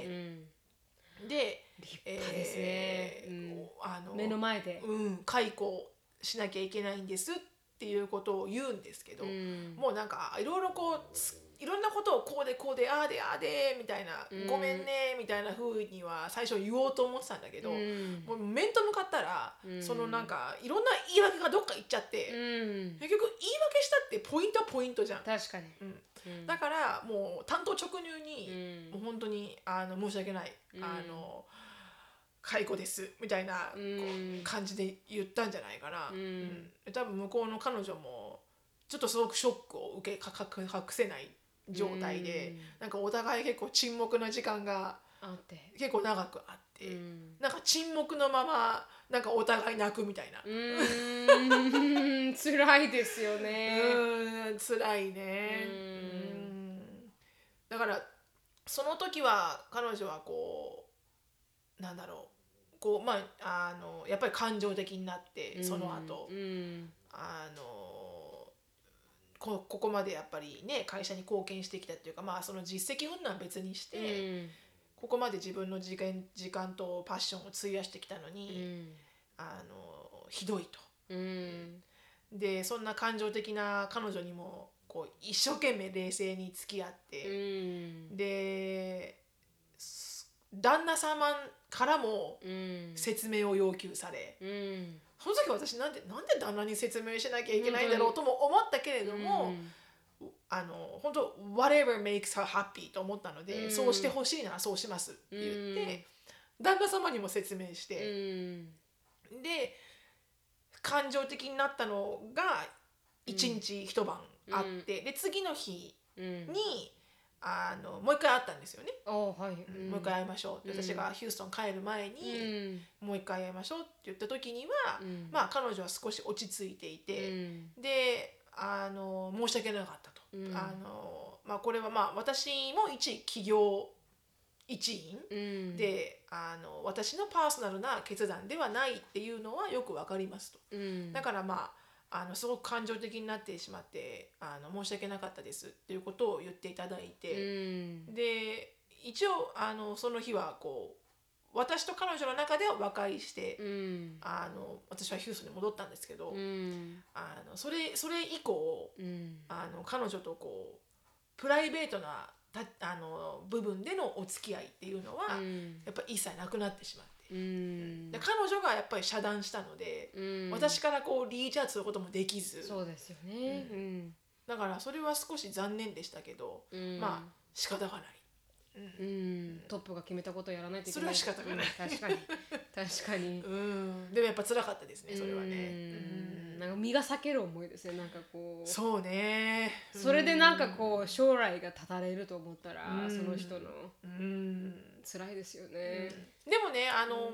うん、で、 立派ですね、えーうん、あの目の前で、 うん、解雇しなきゃいけないんですっていうことを言うんですけど、うん、もうなんかいろいろこういろんなことをこうでこうでああでああでみたいな、うん、ごめんねみたいな風には最初言おうと思ってたんだけど、うん、もう面と向かったら、うん、そのなんかいろんな言い訳がどっか行っちゃって、うん、結局言い訳したってポイントはポイントじゃん。 確かに、 うんうん、だからもう単刀直入に、うん、もう本当にあの申し訳ない、うん、あの解雇ですみたいな感じで言ったんじゃないかな、うんうん、多分向こうの彼女もちょっとすごくショックを受けかか隠せない状態で、うん、なんかお互い結構沈黙な時間が結構長くあって、うん、なんか沈黙のままなんかお互い泣くみたいな、うーん辛いですよね。 うん辛いね、うん、だからその時は彼女はこうなんだろうこうまああのやっぱり感情的になって、その後、うん、あのこ, ここまでやっぱりね会社に貢献してきたっていうか、まあその実績云々は別にして、うん、ここまで自分の時間、時間とパッションを費やしてきたのに、うん、あのひどいと、うん、でそんな感情的な彼女にもこう一生懸命冷静に付き合って、うん、で旦那様からも説明を要求され、うん、その時私なんでなんで旦那に説明しなきゃいけないんだろうとも思ったけれども、うん、あの本当 whatever makes her happy と思ったので、うん、そうしてほしいならそうしますって言って、うん、旦那様にも説明して、うん、で感情的になったのが一日一晩あって、うん、で次の日に、うんあのもう一回会ったんですよね、はいうん、もう一回会いましょうって、うん、私がヒューストン帰る前に、うん、もう一回会いましょうって言った時には、うん、まあ彼女は少し落ち着いていて、うん、であの申し訳なかったと、うん、あのまあ、これはまあ私も一企業一員、うん、であの私のパーソナルな決断ではないっていうのはよくわかりますと、うん、だからまああのすごく感情的になってしまってあの申し訳なかったですっていうことを言っていただいて、うん、で一応あのその日はこう私と彼女の中では和解して、うん、あの私はヒューストンに戻ったんですけど、うん、あのそれそれ以降、うん、あの彼女とこうプライベートなたあの部分でのお付き合いっていうのは、うん、やっぱり一切なくなってしまって。うん、で彼女がやっぱり遮断したので、うん、私からこうリーチアウトすることもできず、 そうですよね、うん、 だからそれは少し残念でしたけど、うん、まあ仕方がない、 うんうん、トップが決めたことをやらないといけない、 それは仕方がない、 うん、確かに確かに、 うん、でもやっぱ辛かったですねそれはね、 うん、なんか身が裂ける思いですね、なんかこうそうね、 それでなんかこう将来が絶たれると思ったら、うん、その人の、うん辛いですよね、 うん、でもね、あのーうん、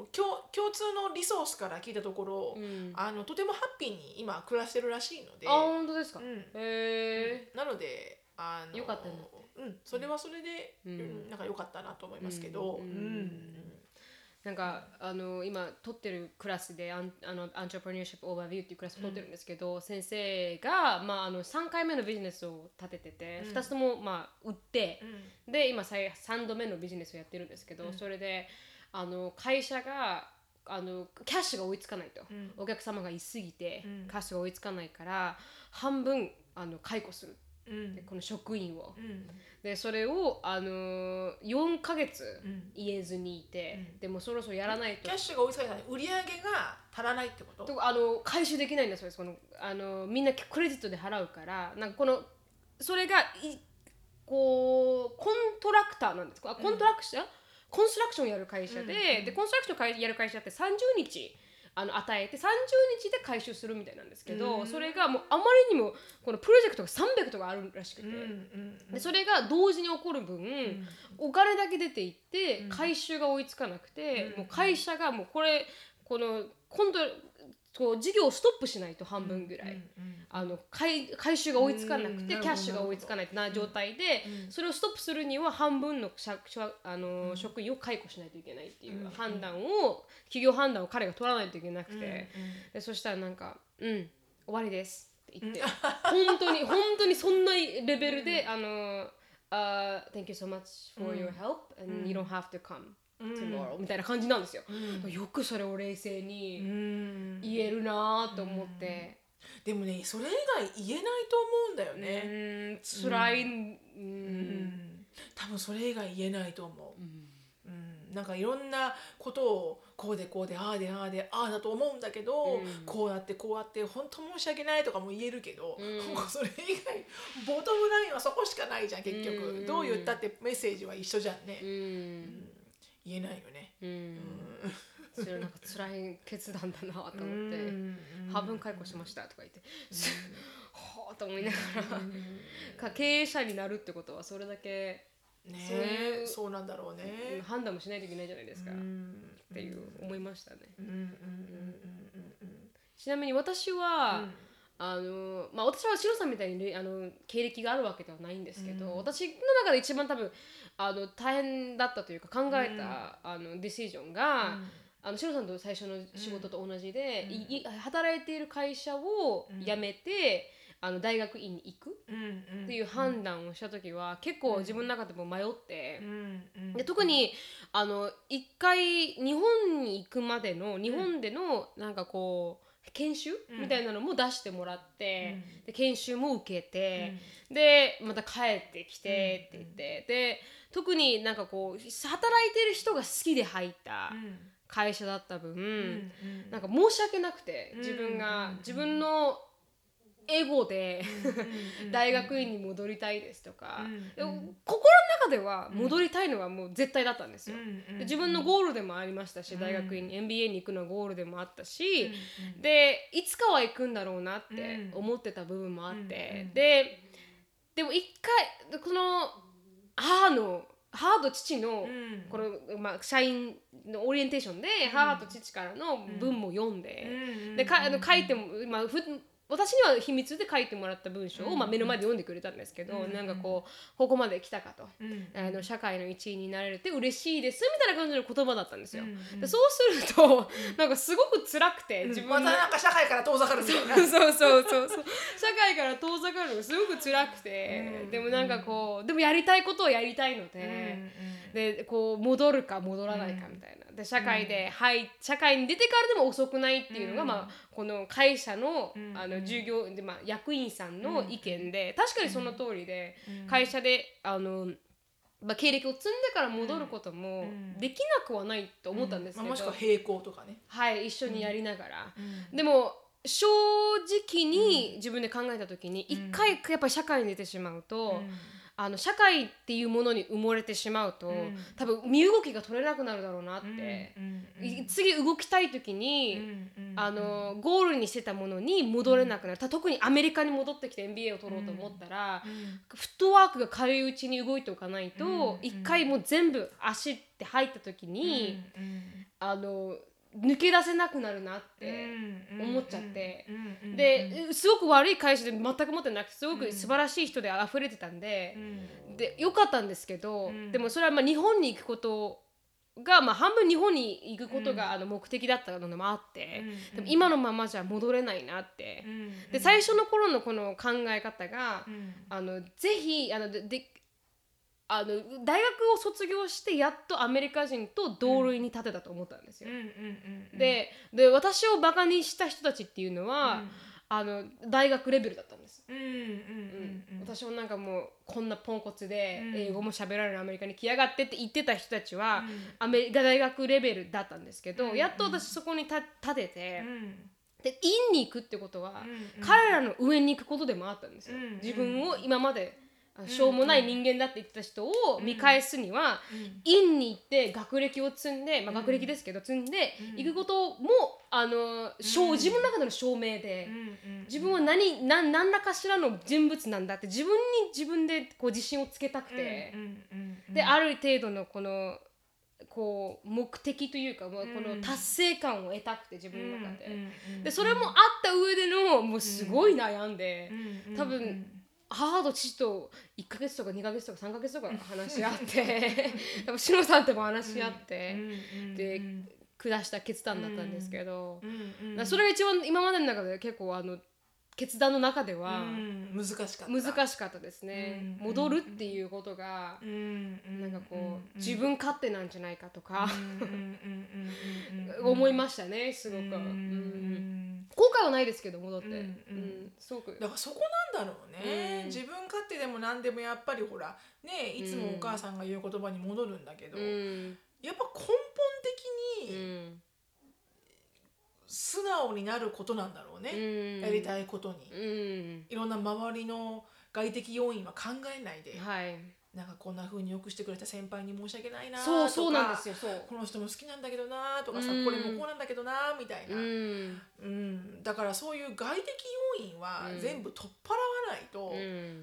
共, 共通のリソースから聞いたところ、うん、あのとてもハッピーに今暮らしてるらしいので、 あ、本当ですか、うん、 へえ、うん、なのであのよかったね、 うん、それはそれで、うん、なんか良かったなと思いますけど、うんうん、 なんかあの今取ってるクラスでアンあのアントレプレニアーシップオーバービューっていうクラスを取ってるんですけど、うん、先生が、まあ、あのさんかいめのビジネスを立ててて、うん、ふたつとも、まあ、売って、うん、で今さんどめのビジネスをやってるんですけど、うん、それであの会社があのキャッシュが追いつかないと、うん、お客様がいすぎて、うん、キャッシュが追いつかないから半分あの解雇する、うん、でこの職員を、うん、でそれを、あのー、よんかげつ言えずにいて、うん、でもそろそろやらないとキャッシュが追いつかない、売り上げが足らないってこととあの回収できないんだそうです。このあのみんなクレジットで払うからなんかこのそれがいこうコントラクターなんですか、コントラクション、うん、コンストラクションやる会社で、うんうん、でコンストラクションやる会社ってさんじゅうにちあの与えてさんじゅうにちで回収するみたいなんですけど、うん、それがもうあまりにもこのプロジェクトがさんびゃくとかあるらしくて、うんうんうん、でそれが同時に起こる分、うん、お金だけ出ていって回収が追いつかなくて、うん、もう会社がもうこれこの今度こう事業をストップしないと半分ぐらい、うんうんうん、あの 回, 回収が追いつかなくて、うん、キャッシュが追いつかないな状態で、うん、それをストップするには半分のあの、うん、職員を解雇しないといけないっていう判断を、うん、企業判断を彼が取らないといけなくて、うんうん、でそしたらなんかうん終わりですって言って、うん、本当に本当にそんなレベルで、うん、あの、uh, Thank you so much for your help and you don't have to come tomorrow、うん、みたいな感じなんですよ、うん、よくそれを冷静に言えるなと思って、 うん、でもねそれ以外言えないと思うんだよね、 うん、辛い、うんうん、多分それ以外言えないと思う、うんうん、なんかいろんなことをこうでこうでああでああでああだと思うんだけど、うん、こうやってこうやって本当申し訳ないとかも言えるけど、うん、それ以外ボトムラインはそこしかないじゃん結局、うん、どう言ったってメッセージは一緒じゃんね、うんうん言えないよね、うんうん、 それなんか辛い決断だなと思って、うん、半分解雇しましたとか言って、うん、ほーと思いながら、うん、経営者になるってことはそれだけねえそうなんだろうね、 判断もしないといけないじゃないですか、うん、っていう思いましたね、うんうんうんうんうん、ちなみに私は、うんあのまあ、私はシロさんみたいにあの経歴があるわけではないんですけど、うん、私の中で一番多分あの大変だったというか考えた、うん、あのディシジョンが、うん、あのシロさんと最初の仕事と同じで、うん、い働いている会社を辞めて、 あの大学院に行くっていう判断をした時は結構自分の中でも迷って、で特にあの一回日本に行くまでの日本でのなんかこう研修みたいなのも出してもらって、うん、で研修も受けて、うん、でまた帰ってきてって言って、うん、で特になんかこう働いてる人が好きで入った会社だった分、うん、なんか申し訳なくて自分が、うん、自分のエゴで大学院に戻りたいですとか、うんうん、心の中では戻りたいのはもう絶対だったんですよ、うんうん、で自分のゴールでもありましたし、大学院に エムビーエー に行くのはゴールでもあったし、うんうん、でいつかは行くんだろうなって思ってた部分もあって、うんうん、ででも一回この母の母と父のこの、まあ、社員のオリエンテーションで母と父からの文も読んで、でかあの書いても、まあ、ふ私には秘密で書いてもらった文章を、まあ、目の前で読んでくれたんですけど、うん、なんかこうここまで来たかと、うん、あの社会の一員になれるって嬉しいですみたいな感じの言葉だったんですよ、うん、でそうすると、うん、なんかすごく辛くて、自分またなんか社会から遠ざかるみたいなそうそうそうそう社会から遠ざかるのがすごく辛くて、うん、でもなんかこうでもやりたいことをやりたいので、うん、でこう戻るか戻らないかみたいな、で社会で、はい、社会に出てからでも遅くないっていうのが、まあ、この会社の、あの従業員で、まあ、役員さんの意見で、確かにその通りで、会社であの、まあ、経歴を積んでから戻ることもできなくはないと思ったんですけど、 うんまあ、もしくは並行とかね、 はい一緒にやりながら、うん、でも正直に自分で考えた時に、うん、一回やっぱり社会に出てしまうと、うんあの社会っていうものに埋もれてしまうと、うん、多分身動きが取れなくなるだろうなって、うんうんうん、次動きたい時に、うんうんうん、あのゴールにしてたものに戻れなくなる、うん、特にアメリカに戻ってきて エムビーエー を取ろうと思ったら、うんうん、フットワークが軽いうちに動いておかないと、うんうん、一回もう全部足って入った時に、うんうん、あの抜け出せなくなるなって思っちゃって、うんうん、ですごく悪い会社で全く持ってなくてすごく素晴らしい人で溢れてたんで、うん、でよかったんですけど、うん、でもそれはまあ日本に行くことが、まあ、半分日本に行くことがあの目的だったのもあって、うん、でも今のままじゃ戻れないなって、うん、で最初の頃のこの考え方が、うん、あのぜひあのでであの大学を卒業してやっとアメリカ人と同類に立てたと思ったんですよ、うん、で, で私をバカにした人たちっていうのは、うん、あの大学レベルだったんです、うんうんうんうん、私もなんかもうこんなポンコツで英語も喋られるアメリカに来やがってって言ってた人たちは、うん、アメリカ大学レベルだったんですけど、うん、やっと私そこに立てて、うんで院に行くってことは、うんうん、彼らの上に行くことでもあったんですよ、うんうん、自分を今までしょうもない人間だって言ってた人を見返すには、うん、院に行って学歴を積んで、まあ、学歴ですけど積んで行くこともあの、うん、自分の中での証明で、うん、自分は 何, 何, 何らかしらの人物なんだって自分に自分でこう自信をつけたくて、である程度のこのこう目的というか、まあ、この達成感を得たくて自分の中で、でそれもあった上でのもうすごい悩んで、多分母と父といっかげつとかにかげつとかさんかげつとか話し合って多分しのさんとも話し合って、うん、で下した決断だったんですけど、うんうん、それが一番今までの中で結構あの決断の中では難しかった難しかったですね、うん、戻るっていうことが、うん、なんかこう、うん、自分勝手なんじゃないかとか思いましたねすごく、うんうん、後悔はないですけど戻って、うんうん、すごくだからそこなんだろうね、うん、自分勝手でも何でもやっぱりほらねいつもお母さんが言う言葉に戻るんだけど、うん、やっぱ根本的に、うん素直になることなんだろうね、うん、やりたいことに、うん、いろんな周りの外的要因は考えないで、はい、なんかこんな風によくしてくれた先輩に申し訳ないなとか、 そうそうなんですよ、そうこの人も好きなんだけどなとかさ、うん、これもこうなんだけどなみたいな、うんうん、だからそういう外的要因は全部取っ払わないと、うん、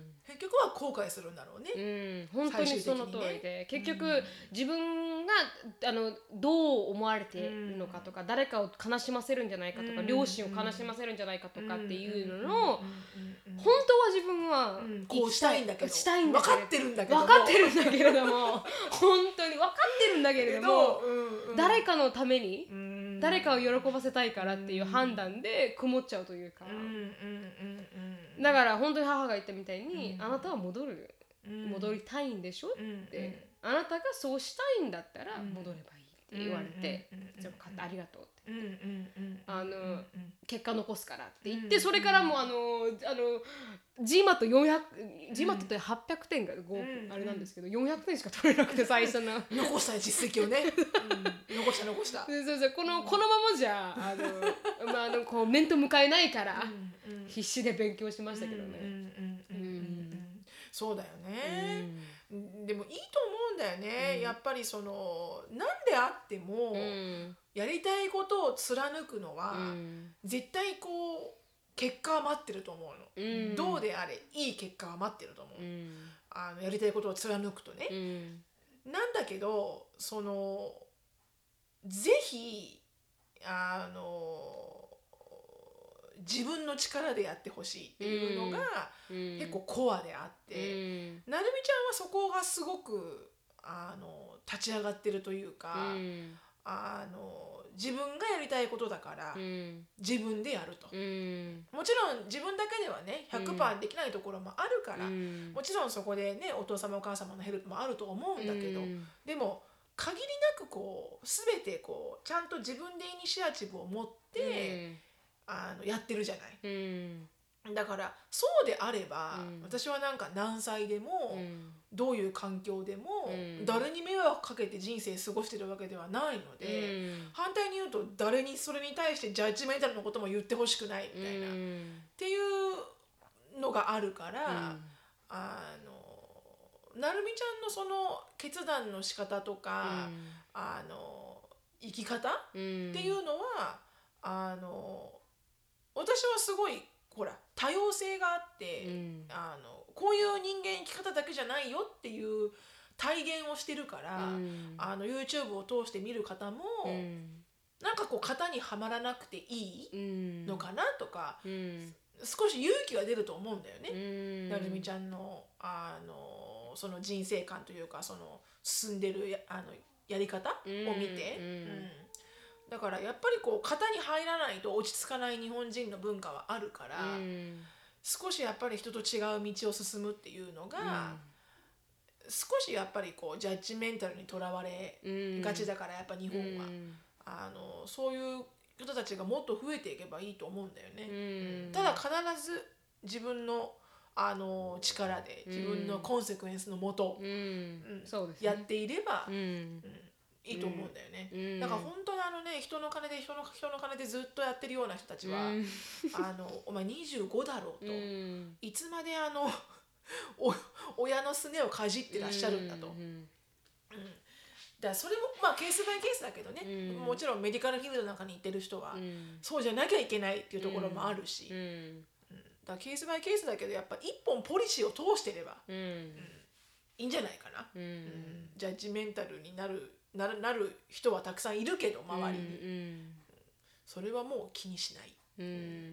結局は後悔するんだろうね、 うん、本当にその通りで、ね、結局、うん、自分があのどう思われているのかとか、うん、誰かを悲しませるんじゃないかとか、うん、両親を悲しませるんじゃないかとかっていうのの、うん、本当は自分は、 うん、こうしたいんだけどしたいんだ分かってるんだけど分かってるんだけれども本当に分かってるんだけれども、うんうん、誰かのために、うん、誰かを喜ばせたいからっていう判断で曇っちゃうというか、うんうんうんうん、 だから本当に母が言ったみたいに、うん、あなたは戻る、うん、戻りたいんでしょって、うん、あなたがそうしたいんだったら戻ればいいって言われて、じゃあありがとうって、あの結果残すからって言って、それからもうあのあのジーマットよんひゃく、ジーマットってはっぴゃくてんがご、あれなんですけどよんひゃくてんしか取れなくて、最初の残した実績をね、うん、残した残したそうそう、このこのままじゃあの、まあ、あのこう面と向かえないから必死で勉強しましたけどね。 そうだよね、うん、でもいいと思うんだよね、うん、やっぱりその何であっても、うん、やりたいことを貫くのは、うん、絶対こう結果は待ってると思うの、うん、どうであれいい結果は待ってると思う、うん、あのやりたいことを貫くとね、うん、なんだけどそのぜひあの自分の力でやってほしいっていうのが結構コアであって、うん、なるみちゃんはそこがすごくあの立ち上がってるというか、うん、あの自分がやりたいことだから、うん、自分でやると、うん、もちろん自分だけではね ひゃくパーセント できないところもあるから、うん、もちろんそこでねお父様お母様のヘルプもあると思うんだけど、うん、でも限りなくこう全てこうちゃんと自分でイニシアチブを持って、うん、あのやってるじゃない、うん、だからそうであれば、うん、私はなんか何歳でも、うん、どういう環境でも、うん、誰に迷惑かけて人生過ごしてるわけではないので、うん、反対に言うと誰にそれに対してジャッジメンタルのことも言ってほしくないみたいな、うん、っていうのがあるから、うん、あのなるみちゃんのその決断の仕方とか、うん、あの生き方、うん、っていうのはあの私はすごいほら多様性があって、うん、あのこういう人間生き方だけじゃないよっていう体現をしてるから、うん、あの YouTube を通して見る方も、うん、なんかこう型にはまらなくていいのかなとか、うん、少し勇気が出ると思うんだよね、うん、なるみちゃんのあのその人生観というかその進んでる や, あのやり方を見て、うんうん、だからやっぱりこう型に入らないと落ち着かない日本人の文化はあるから、うん、少しやっぱり人と違う道を進むっていうのが、うん、少しやっぱりこうジャッジメンタルにとらわれがちだから、やっぱ日本は、うん、あのそういう人たちがもっと増えていけばいいと思うんだよね、うん、ただ必ず自分のあの力で自分のコンセクエンスのもと、うんうんそうですね、やっていれば、うんうん、いいと思うんだよね、うん、だから本当にあのね人の金で人の人の金でずっとやってるような人たちは、うん、あのお前にじゅうごだろうと、うん、いつまであのお親のすねをかじってらっしゃるんだと、うんうん、だからそれもまあケースバイケースだけどね、うん、もちろんメディカルフィールドなんかに行ってる人は、うん、そうじゃなきゃいけないっていうところもあるし、うんうんだからケースバイケースだけどやっぱ一本ポリシーを通してれば、うんうん、いいんじゃないかな、うんうん、ジャッジメンタルになる、なる、なる人はたくさんいるけど周りに、うんうん、それはもう気にしない、 うん、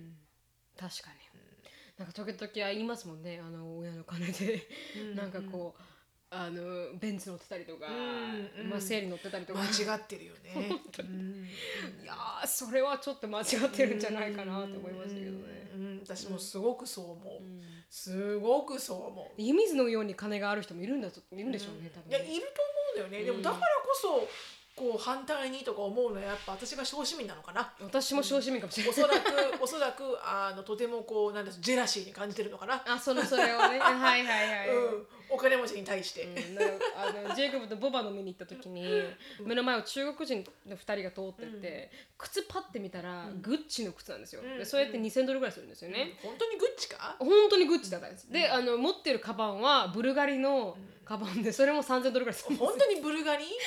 確かに、うん、なんか時々言いますもんねあの親の金で、うんうん、なんかこうあのベンツ乗ってたりとか、うんうんまあ、セール乗ってたりとか間違ってるよね本当に、うん、 いやそれはちょっと間違ってるんじゃないかなと思いましたけどね、 うんうん、私もすごくそう思う、うん、すごくそう思う湯水のように金がある人もいるんだいるんでしょうね、 うん、多分ねいやいると思うんだよね、でもだからこそこう反対にとか思うのはやっぱ私が小市民なのかな。 私も小市民かもしれない、 うん、おそらくおそらくあのとてもこうなんですジェラシーに感じてるのかな。 あそのそれをねはいはいはい、 うん、お金持ちに対して、うん、 あのジェイコブとボバ飲みに行った時に目の前を中国人のふたりが通ってって、うん、靴パッて見たら、うん、グッチの靴なんですよ、うん、でそうやってにせんドルぐらいするんですよね、 うん、本当にグッチか本当にグッチだったんです、うん、であの持ってるカバンはブルガリのカバンでそれもさんぜんドルぐらいするんですよ。 本当にブルガリね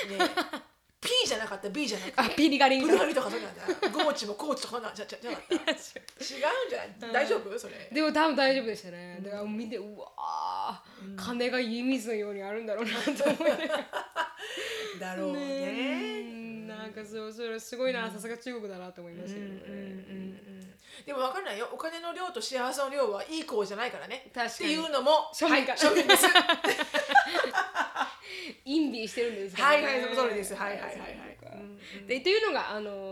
P じゃなかった B じゃなくてあピリガリンブルガリとかそうなんだゴーチもコーチとかなんじゃじゃなかった違うんじゃない大丈夫それでも多分大丈夫でしたね、うん、だから見てうわー、うん、金が湯水のようにあるんだろうなと思いながらだろうねねなんかそうそれすごいな、さすが中国だなと思いましたけどね、うんうんうんうん、 でも分かんないよお金の量と幸せの量はいい子じゃないからね確かにっていうのも庶民か、 はい、庶民ですインビーしてるんですからねはいはいその通りですはいはいはいはい、 うんうん、でっていうのが、あのー、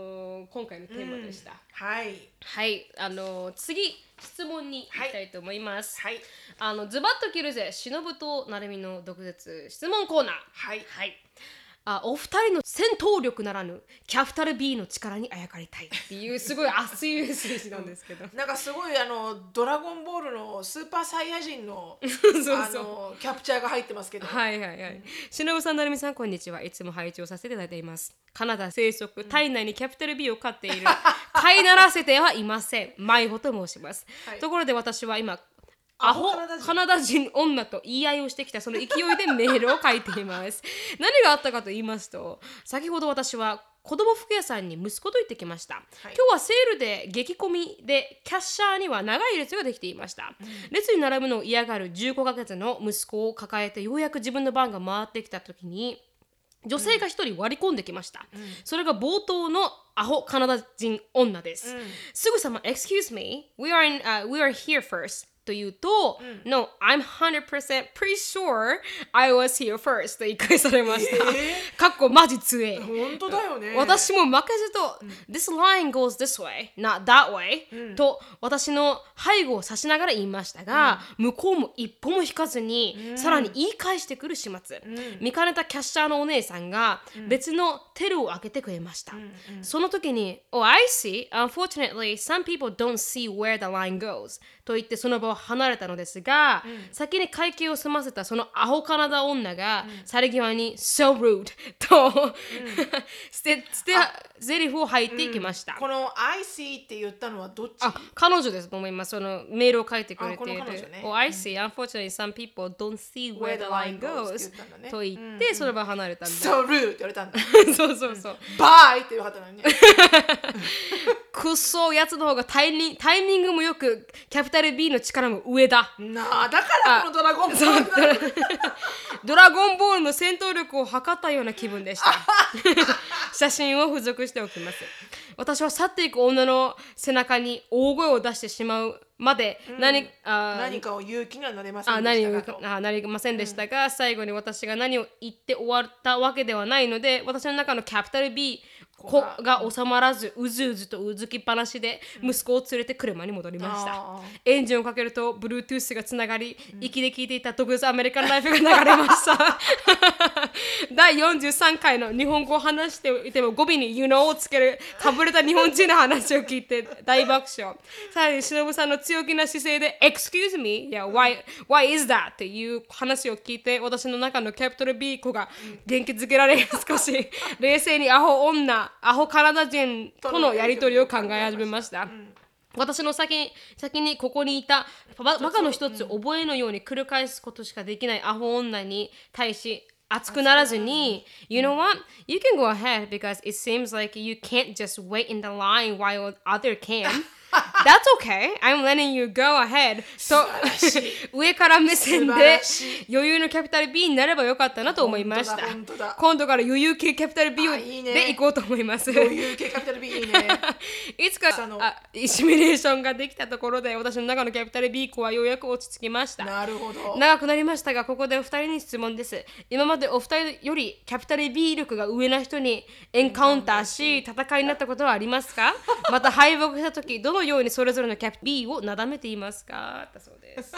今回のテーマでした、うん、 はいはいあの次質問に行きたいと思います、 はいはい、 あのズバッと切るぜしのぶとなるみの毒舌質問コーナーはい、 はい、あお二人の戦闘力ならぬキャピタル B の力にあやかりたいっていうすごい熱いメッセージなんですけどなんかすごいあのドラゴンボールのスーパーサイヤ人のそうそうあのキャプチャーが入ってますけどはいはいはい、うん、しのぶさんなるみさんこんにちは。いつも拝聴させていただいています。カナダ生息、体内にキャピタル B を飼っている飼いならせてはいませんマイホと申します、はい、ところで私は今アホカナダ人女と言い合いをしてきたその勢いでメールを書いています何があったかと言いますと、先ほど私は子供服屋さんに息子と行ってきました、はい、今日はセールで激混みでキャッシャーには長い列ができていました、うん、列に並ぶのを嫌がるじゅうごかげつの息子を抱えてようやく自分の番が回ってきた時に女性が一人割り込んできました、うん、それが冒頭のアホカナダ人女です、うん、すぐさま Excuse me, we are, in,、uh, we are here firstと言うと、うん、No, I'm one hundred percent pretty sure I was here first と言い返されました、えー、かっこマジ強え本当だよね。 私も負けずと、うん、This line goes this way, not that way、うん、と私の背後を指しながら言いましたが、うん、向こうも一歩も引かずに、うん、さらに言い返してくる始末、うん、見かねたキャッシャーのお姉さんが別のテルを開けてくれました、うんうん、その時に Oh, I see. Unfortunately, some people don't see where the line goes と言ってその場を離れたのですが、うん、先に会計を済ませたそのアホカナダ女が、うん、去り際に So rude と、うん、捨て捨てゼリフを吐いていきました、 うん、この I see って言ったのはどっち？ あ、彼女ですと思います。そのメールを書いてくれている、 ね、 oh, I see. Unfortunately, some people don't see where the line goes と言って、うんうん、その場離れたんだ。 So rude って言われたんだ。 そうそうそう。 Bye って言われたのにね。 くっそやつの方がタイミンタイミングもよくキャピタル B の力も上だなあ、だからこのドラゴンボールドラゴンボールの戦闘力を測ったような気分でした写真を付属しておきます。私は去っていく女の背中に大声を出してしまうまで 何,、うん、あ何かを言う気にはなれませんでしたがああなりませんでしたが、うん、最後に私が何を言って終わったわけではないので、私の中のキャピタル B 子が収まらずうずうずとうずきっぱなしで息子を連れて車に戻りました、うん、エンジンをかけると Bluetooth がつながり、うん、息で聞いていた毒舌アメリカンライフが流れましただいよんじゅうさんかいの日本語を話していても語尾に You know をつけるかぶれた日本人の話を聞いて大爆笑。さらに忍さんの強気な姿勢で Excuse me? いや why, why is that? っていう話を聞いて、私の中のキャピタル B 子が元気づけられ少し冷静にアホ女アホカナダ人とのやり取りを考え始めました、うん、私の先, 先にここにいたバカの一つ覚えのように繰り返すことしかできないアホ女に対し熱くならずに You know what? You can go ahead because it seems like you can't just wait in the line while others can That's okay. I'm letting you go ahead. と上から目線で余裕のキャピタル B になればよかったなと思いました。今度から余裕系キャピタル B でいこうと思います。 余裕系キャピタル B いいね。 いつかあシミュレーションができたところで私の中のキャピタル B 子はようやく落ち着きました。 なるほど。 長くなりましたが、ここでお二人に質問です。今までお二人よりキャピタル B 力が上な人にエンカウンターし戦いになったことはありますか？また敗北した時どのようにそれぞれのキャピ B をなだめていますか？だそうです。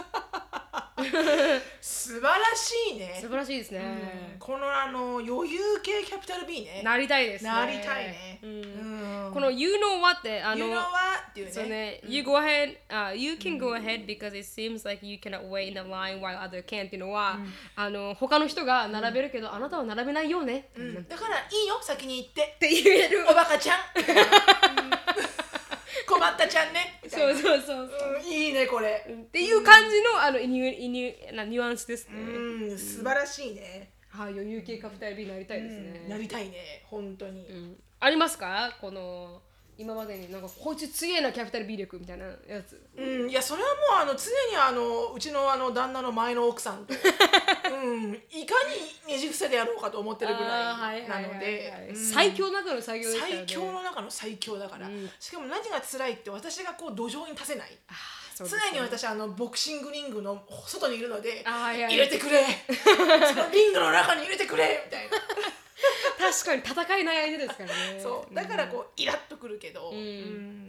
素晴らしいね。 素晴らしいですね。 うん、このあの余裕系キャピタル B ね。 なりたいですね。 なりたいね。 うんうん、この You know what ってあの You know what っていうね。そうね。 うん、You go ahead、uh, You can go ahead because it seems like you cannot wait in the line while others can't っていうのは、うん、あの他の人が並べるけど、うん、あなたは並べないよね。 うん、だからいいよ先に行ってって言えるおバカちゃん。困ったちゃんね。 そうそうそうそう、 うん、いいねこれ、 うん、っていう感じのあのニュニュなニュアンスですね。 うん、素晴らしいね。 はい、余裕系キャピタル B になりたいですね。 うん、なりたいね本当に、 うん。ありますか？この今までになんかこいつ強えなキャピタル B 力みたいなやつ。 うん、いやそれはもうあの常にあのうちのあの旦那の前の奥さんと、うん、いかにねじ伏せでやろうかと思ってるぐらいなので、 最強の中の最強ですからね。 最強の中の最強だから、うん、しかも何が辛いって私がこう土壌に立てない。あ常に私あのボクシングリングの外にいるので、入れてくれそのリングの中に入れてくれみたいな確かに戦いない相手ですからね。 そうだからこうイラッとくるけど、うんうん、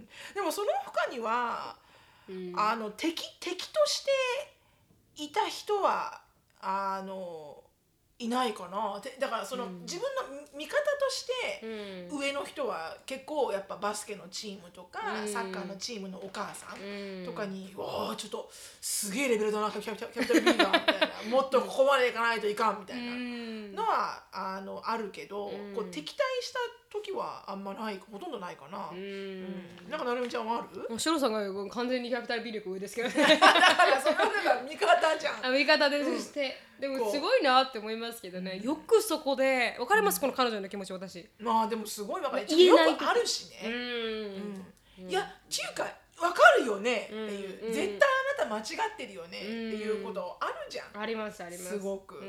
でもその他には、うん、あの敵敵としていた人はあのいないかな。だからその、うん、自分の味方として上の人は結構やっぱバスケのチームとか、うん、サッカーのチームのお母さんとかに、うん、わあちょっとすげえレベルだなキャピタルビーガーみたいなもっとここまでいかないといかんみたいなのはあのあるけど、うん、こう敵対した時はあんまないほとんどないかな。うん、うん、なんかなるみちゃんはある？ シロさんが完全にキャピタルビー力上ですけどね。 だからそれが味方じゃん。 あ味方で、そして、うん、でもすごいなって思いますけどね。よくそこでわかります、うん、この彼女の気持ち私。 まあでもすごいわかる。言えないよくあるしね。うんうん、いやっていうかわかるよねっていう、うん、絶対あなた間違ってるよねっていうことあるじゃん。 ありますあります。 すごく。うんうん、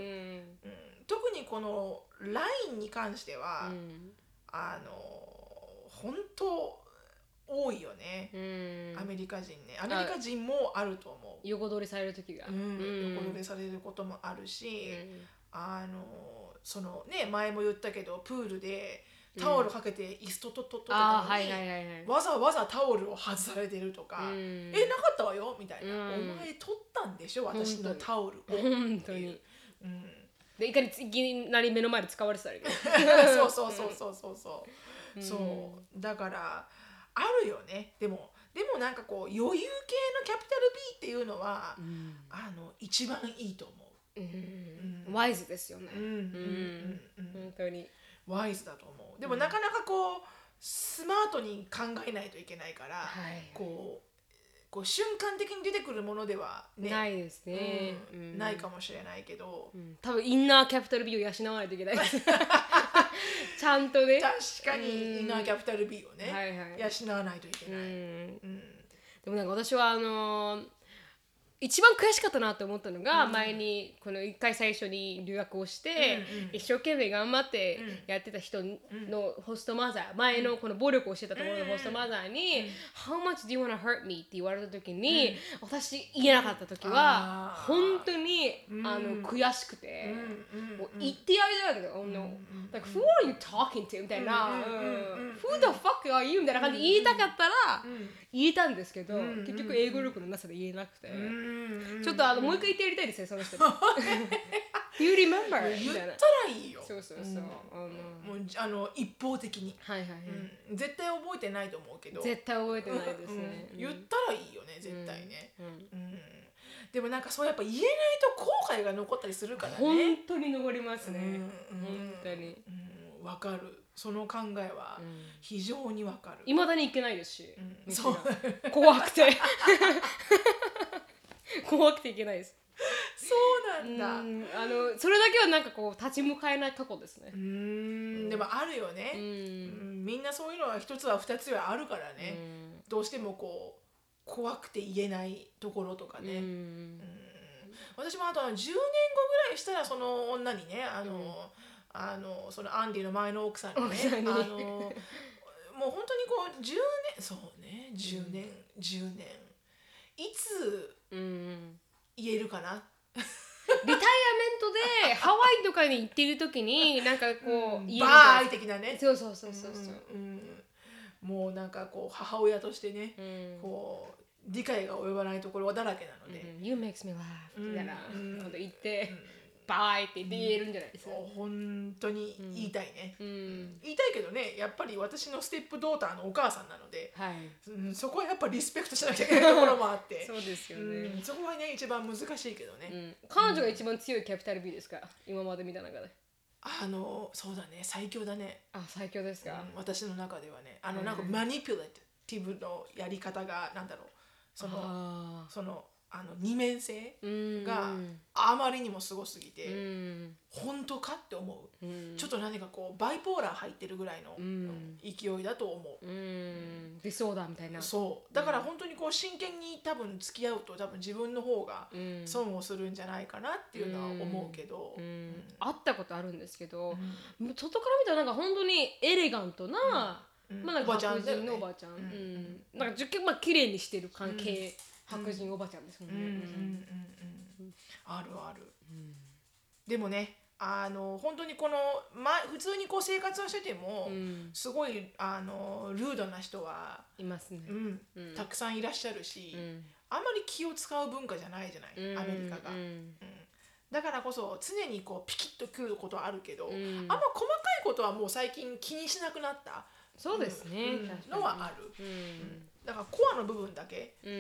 特にこの ライン に関しては、うん、あの本当多いよね、うん、アメリカ人ね。アメリカ人もあると思う。 横取りされる時が、 うんうん、横取りされることもあるし、うん、あのそのね前も言ったけどプールでタオルかけて椅子ととととってたのにわざわざタオルを外されてるとか、うん、えなかったわよみたいな、うん、お前取ったんでしょ私のタオルを本当に、うん、でいかにいきなり目の前で使われてたらそうそうそうそうそうそう、うん、そうだからあるよね。でもでもなんかこう余裕系のキャピタル B っていうのは、うん、あの一番いいと思う、 うんうん、ワイズですよね。うんうんうんうん、本当にワイズだと思う。でもなかなかこうスマートに考えないといけないから、はい、こうこう瞬間的に出てくるものでは、ね、 ないですね、 うんうん、ないかもしれないけど、 うん、多分インナーキャピタル B を養わないといけないですちゃんとね。 確かにインナーキャピタル B をね、はいはい、養わないといけない、うんうん、 でもなんか私はあのー一番悔しかったなって思ったのが、うん、前にこの一回最初に留学をして、うんうん、一生懸命頑張ってやってた人のホストマザー、うん、前のこの暴力をしてたところのホストマザーに、うん、How much do you wanna hurt me? って言われた時に、うん、私言えなかった時は本当に、うん、あの悔しくて、うん、もう言ってやりたいけど、うん、no. Like, who are you talking to? みたいな、うん、Who the fuck are you? みたいな感じで言いたかったら、うん、言えたんですけど、結局英語力のなさで言えなくて、ちょっとあのもう一回言ってやりたいですね、その人に。You remember? 言ったらいいよ。 そうそうそう。うん、あのもうあの一方的に。はいはいはい、うん。絶対覚えてないと思うけど。 絶対覚えてないですね。 うん、言ったらいいよね、絶対ね。うんうん、でもなんかそうやっぱ言えないと後悔が残ったりするからね。 本当に残りますね。うん、本当に。 わ、うん、かる。その考えは非常にわかる。 未だにいけないですし。うん、そう怖くて。怖くていけないです。 そうなんだ。 うんあのそれだけはなんかこう立ち向かえない過去ですね。 うーんでもあるよね。うんみんなそういうのは一つは二つはあるからね。どうしてもこう怖くて言えないところとかね。うん私もあとじゅうねんごぐらいしたらその女にねあの、うん、あのそのアンディの前の奥さんにねあのもう本当にこうじゅうねんそうねじゅうねん、うん、じゅうねんいつ言えるかな。 リタイアメントでハワイとかに行っている時になんかこう、 うん、バーイ的なね。 そうそうそうそうそう、 うんうん、もうなんかこう母親としてね、うん、こう理解が及ばないところはだらけなので、 うん、You makes me laugh みたいなこと言って、うん、バーイって言えるんじゃないですか。 うん、本当に言いたいね、うん、言いたいけどねやっぱり私のステップドーターのお母さんなので、はいうん、そこはやっぱリスペクトしなきゃいけないところもあってそうですよね、 うん、そこはね一番難しいけどね、うん、 彼女が一番強いキャピタル B ですか今まで見た中で。 あのそうだね最強だね。 あ最強ですか、 うん、私の中ではねあのなんかマニピュレティブのやり方がなんだろうそのそのあの二面性があまりにもすごすぎて、うん、本当かって思う、うん、ちょっと何かこうバイポーラー入ってるぐらいの勢いだと思う、うん、 ディソーダーみたいな。 そうだから本当にこう真剣に多分付き合うと多分自分の方が損をするんじゃないかなっていうのは思うけど、うんうん、 会ったことあるんですけど、うん、外から見たらなんか本当にエレガントな、うんまあ、なんか白人のおばちゃん、うん、なんか結構まあ綺麗にしてる関係、白人おばちゃんですもんね。 あるある、うん、でもねあの本当にこの、ま、普通にこう生活をしてても、うん、すごいあのルードな人はいますね、うんうん、たくさんいらっしゃるし、うん、あんまり気を使う文化じゃないじゃない、うん、アメリカが、うんうん、だからこそ常にこうピキッとくることはあるけど、うん、あんま細かいことはもう最近気にしなくなったそうですね、 うん、のはある、うんうん、だからコアの部分だけ、うん、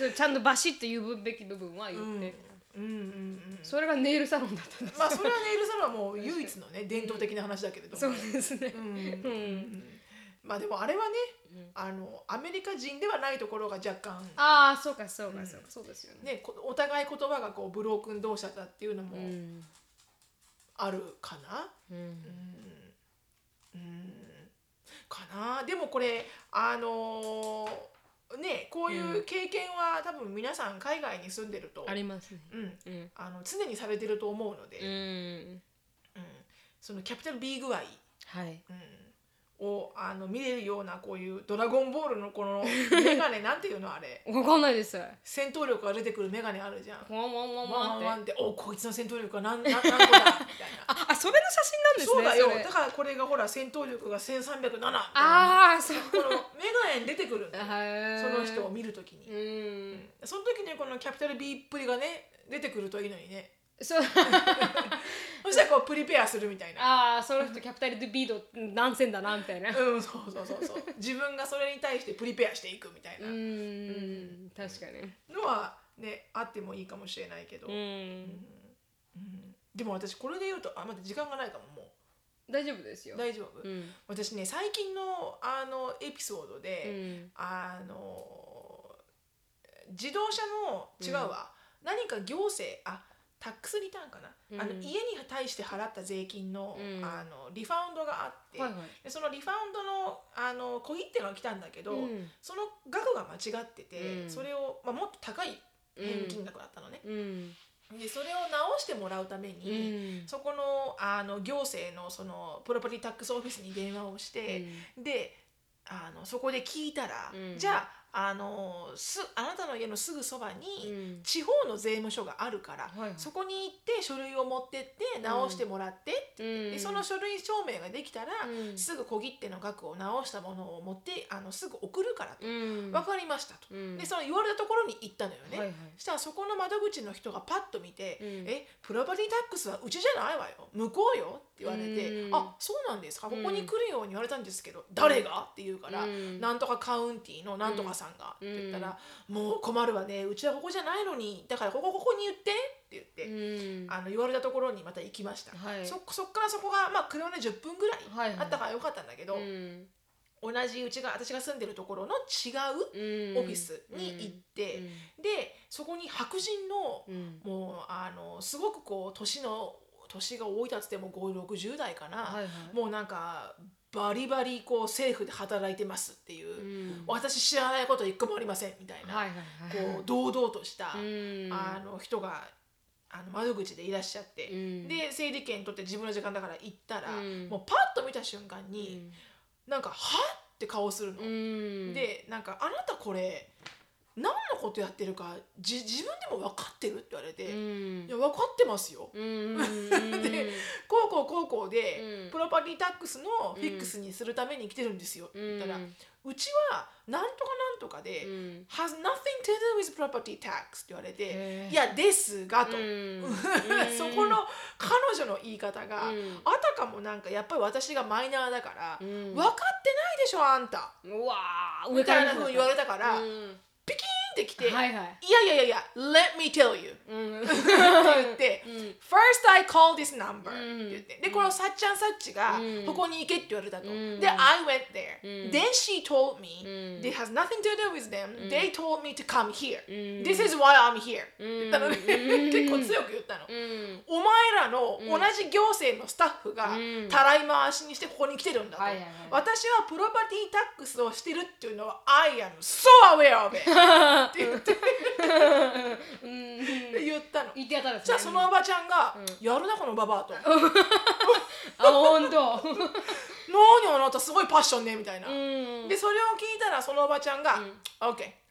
ちゃんとバシッと言うべき部分は言って、うんうんうんうん、それがネイルサロンだったんです。 まあそれはネイルサロンはもう唯一のね伝統的な話だけれども、 そうですね、うんうんうんまあでもあれはね、うん、あのアメリカ人ではないところが若干ああそうかそうかそうか、うん、そうですよね。 ねお互い言葉がこうブロークン同士だっていうのもあるかな、うんうんうん、かな。でもこれあのーね、こういう経験は、うん、多分皆さん海外に住んでるとありますね、 うんうん、あの常にされてると思うので、うんうん、そのキャピタル B 具合、はいうん、をあの見れるようなこういうドラゴンボールのこのメガネなんていうのあれわかんないです。 戦闘力が出てくるメガネあるじゃん。 ワンワンワンワンって、ワンワンっておこいつの戦闘力が何, 何, 何個だみたいなああそれの写真なんですね。 そうだよ。だからこれがほら戦闘力がせんさんびゃくななみたいな、 ああそうこのメガネに出てくるんだよその人を見るときに、うん、うん、その時にこのキャピタル B っぷりがね出てくるといいのにね。そうそしたらこうプリペアするみたいな。 ああその人キャピタル B の何千だなみたいな。 うんそうそうそうそう自分がそれに対してプリペアしていくみたいな。うん、うん、確かにのはねあってもいいかもしれないけど、うんうんうん、でも私これで言うとあまだ時間がないかも。もう大丈夫ですよ。 大丈夫、うん、私ね最近のあのエピソードで、うん、あの自動車の違うわ、うん、何か行政あタックスリターンかな、うん、あの家に対して払った税金 の,、うん、あのリファウンドがあって、はいはい、でそのリファウンド の, あの小切手が来たんだけど、うん、その額が間違ってて、うん、それを、まあ、もっと高い返金額だったのね、うん、でそれを直してもらうために、うん、そこ の, あの行政 の, そのプロパティタックスオフィスに電話をして、うん、であのそこで聞いたら、うん、じゃああのすあなたの家のすぐそばに地方の税務署があるから、うん、そこに行って書類を持ってって直してもらってって、うん、でその書類証明ができたら、うん、すぐ小切手の額を直したものを持ってあのすぐ送るからと、うん、分かりましたと、うん、でその言われたところに行ったのよね、はいはい、そしたらそこの窓口の人がパッと見て、うん、えプロパティタックスはうちじゃないわよ向こうよって言われて、うん、あそうなんですかここに来るように言われたんですけど、うん、誰がって言うから、うん、なんとかカウンティのなんとかさんが、うん、って言ったら、うん、もう困るわねうちはここじゃないのにだからここここに言ってって言って、うん、あの言われたところにまた行きました、はい、そ, そっからそこが、まあ、車でじゅっぷんぐらいあったからよかったんだけど、はいはいうん、同じうちが私が住んでるところの違うオフィスに行って、うんうん、でそこに白人の、うん、もうあのすごくこう年の年が多いたつでもごじゅうろくじゅう代かな、はいはい、もうなんかバリバリこう政府で働いてますっていう、うん、私知らないこと一個もありませんみたいな、はいはいはい、こう堂々とした、うん、あの人があの窓口でいらっしゃって、うん、で整理券取って自分の時間だから行ったら、うん、もうパッと見た瞬間に、うん、なんかはって顔するの、うん、でなんかあなたこれ何のことやってるかじ自分でも分かってるって言われて、うん、いや分かってますよ、うん、でこうこうこうこうで、うん、プロパティタックスのフィックスにするために来てるんですよって言ったら、うん、うちはなんとかなんとかで、うん、has nothing to do with property tax って言われて、いやですがと、うん、そこの彼女の言い方が、うん、あたかもなんかやっぱり私がマイナーだから、うん、分かってないでしょあんた、うわみたいな風に言われたから、うんピキーンってきて、はいはい、いやいやいやいや Let me tell you って言って、うん、First I call this number、うん、って言ってでこのさっちゃんさっちが、うん、ここに行けって言われたと、うん、で I went there、うん、Then she told me、うん、This has nothing to do with them、うん、They told me to come here、うん、This is why I'm here、うん、言ったのね、うん、結構強く言ったの、うん、お前らの同じ行政のスタッフが、うん、たらい回しにしてここに来てるんだと、はいはいはい、私はプロパティタックスをしてるっていうのは I am so aware of itって言って言ったの。言ってやったんですね。じゃあそのおばちゃんが、うん、やるなこのババアと。あ本当。 何あなたすごいパッションねみたいな。うん、でそれを聞いたらそのおばちゃんが、うん、OK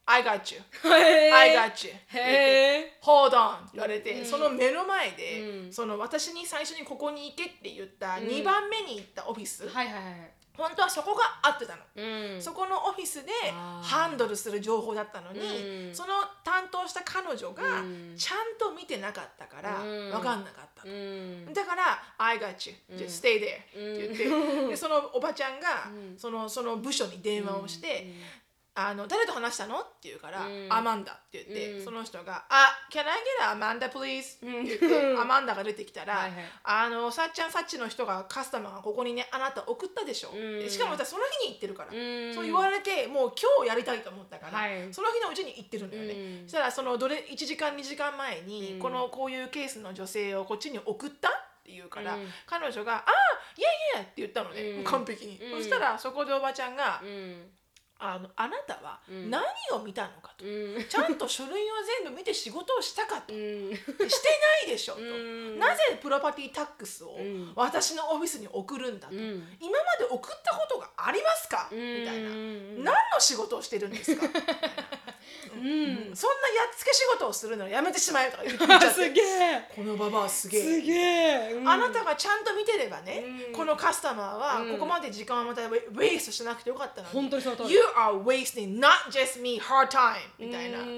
I got you I got you へ Hold on 言われて、うん、その目の前で、うん、その私に最初にここに行けって言ったにばんめに行ったオフィス、 うん、はいはいはい、 本当はそこが合ってたの、うん、そこのオフィスでハンドルする情報だったのに、うん、その担当した彼女がちゃんと見てなかったから分かんなかったの、うん、だから I got you just stay there って言って、うん、でそのおばちゃんが、うん、その、その部署に電話をして、うんうん、あの誰と話したのって言うから、うん、アマンダって言って、うん、その人があ Can I get Amanda please? って言って、うん、アマンダが出てきたら、はいはい、あのさっちゃんさっちの人がカスタマーがここにねあなた送ったでしょ、うん、しかも私その日に行ってるから、うん、そう言われてもう今日やりたいと思ったから、はい、その日のうちに行ってるんだよね、うん、そしたらそのどれいちじかんにじかんまえに、うん、このこういうケースの女性をこっちに送ったって言うから、うん、彼女があいやいやって言ったのね、うん、完璧に、うん、そしたらそこでおばちゃんが、うんあのあなたは何を見たのかと、うん、ちゃんと書類を全部見て仕事をしたかと、うん、してないでしょと、うん、なぜプロパティタックスを私のオフィスに送るんだと、うん、今まで送ったことがありますか、うん、みたいな、うん、何の仕事をしてるんですかみたいな、うんうん、そんなやっつけ仕事をするのはやめてしまえとか言っちゃってすげえこのババアすげえすげえ、うん、 あなたがちゃんと見てればね、うん、このカスタマーはここまで時間をまたウェイストしなくてよかったのに、 本当にその通り You are wasting not just me hard time みたいな、うん、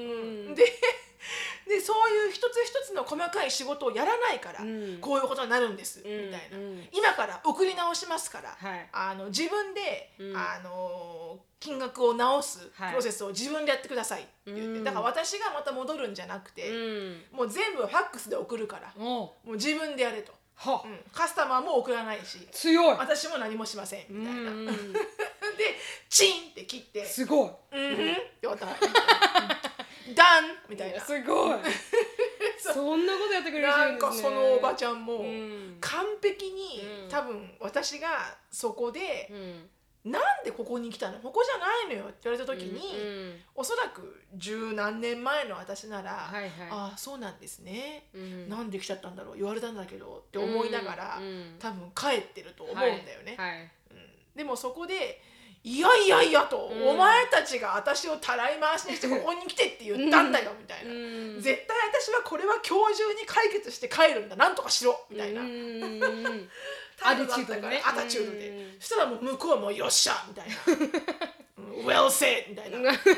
ででそういう一つ一つの細かい仕事をやらないから、うん、こういうことになるんです、うん、みたいな、うん、今から送り直しますから、はい、あの自分で、うん、あの金額を直すプロセスを自分でやってくださいって言って、はい、だから私がまた戻るんじゃなくて、うん、もう全部ファックスで送るから、うん、もう自分でやれと、はうん、カスタマーも送らないし強い私も何もしませんみたいな、うん、でチンって切ってすごいうんふんってわたダンみたいなすごいそんなことやってくれる人いるんですね。 なんかそのおばちゃんも完璧に、うん、多分私がそこで、うん、なんでここに来たのここじゃないのよって言われた時に、うんうん、おそらく十何年前の私なら、はいはい、ああそうなんですね、うん、なんで来ちゃったんだろう言われたんだけどって思いながら、うんうん、多分帰ってると思うんだよね、はいはいうん、でもそこでいやいやいやと、うん、お前たちが私をたらい回しにしてここに来てって言ったんだよみたいな、うん、絶対私はこれは今日中に解決して帰るんだなんとかしろみたいな、うん、 アティチュードでねアタチュードで、うん、そしたらもう向こうもよっしゃみたいなWell said みたい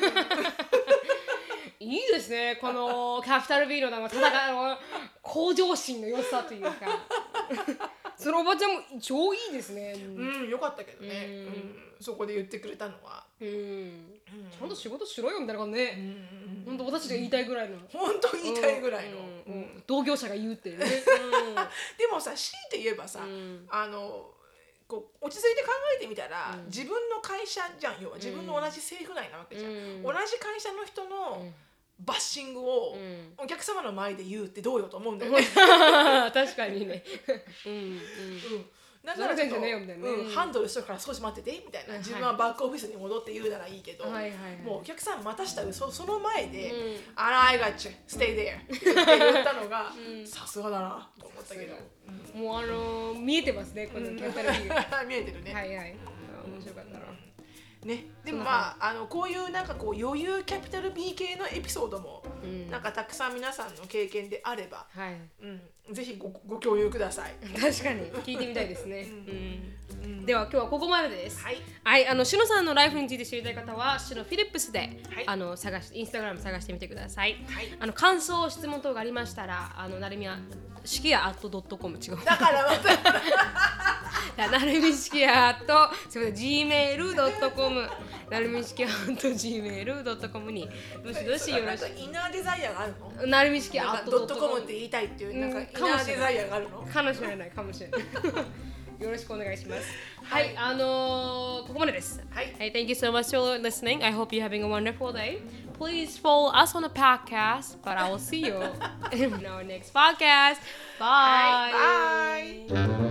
ないいですねこのキャピタル B の戦いの向上心の良さというかそのおばちゃんも超いいですね。 うん、よかったけどね、うんうん、そこで言ってくれたのは、うんうん、 ちゃんと仕事しろよみたいな感じね、うん、本当私が言いたいぐらいの本当に言いたいぐらいの、 うんうん、同業者が言うっていうね、うん、 でもさ強いて言えばさ、うん、あのこう落ち着いて考えてみたら、うん、自分の会社じゃん要は自分の同じ政府内なわけじゃん、うん、同じ会社の人の、うんバッシングをお客様の前で言うってどうよと思うんだよね確かにねうんうん、うん、 だからちょっと、ねうん、ハンドルしとくから少し待っててみたいな、自分はバックオフィスに戻って言うならいいけど、はいはいはい、もうお客さん待たしたら そ, その前で、うん、I got you, stay there って言ったのがさすがだなと思ったけど、 うん、もうあのー、見えてますねこのキャタルビー見えてるねはいはい、面白かったなね、でもまあ、あのこういうなんかこう余裕キャピタル B 系のエピソードも、うん、なんかたくさん皆さんの経験であれば、はいうん、ぜひ ご, ご共有ください。 確かに聞いてみたいですね。うんうん、では今日はここまでです。はい、はい、あのしのさんのライフについて知りたい方はしのフィリップスで、はい、あの探しインスタグラム探してみてください。はい、あの感想質問等がありましたらあのなるみはしきやアットドットコム違う。 だからまたなるみしきやアットすみません ジーメールドットコム なるみしきやアット ジーメールドットコム にどしどしよろしく。 インナーデザイアがあるの？ なるみしきやアットドットコムって言いたいっていうなんかインナーデザイアがあるの？ かもしれないかもしれない。よろしくお願いします。はい、はい、あのー、ここまでです。はい。Hey, thank you so much for listening. I hope you're having a wonderful day. Please follow us on the podcast, but I will see you in our next podcast. Bye. Hi, bye.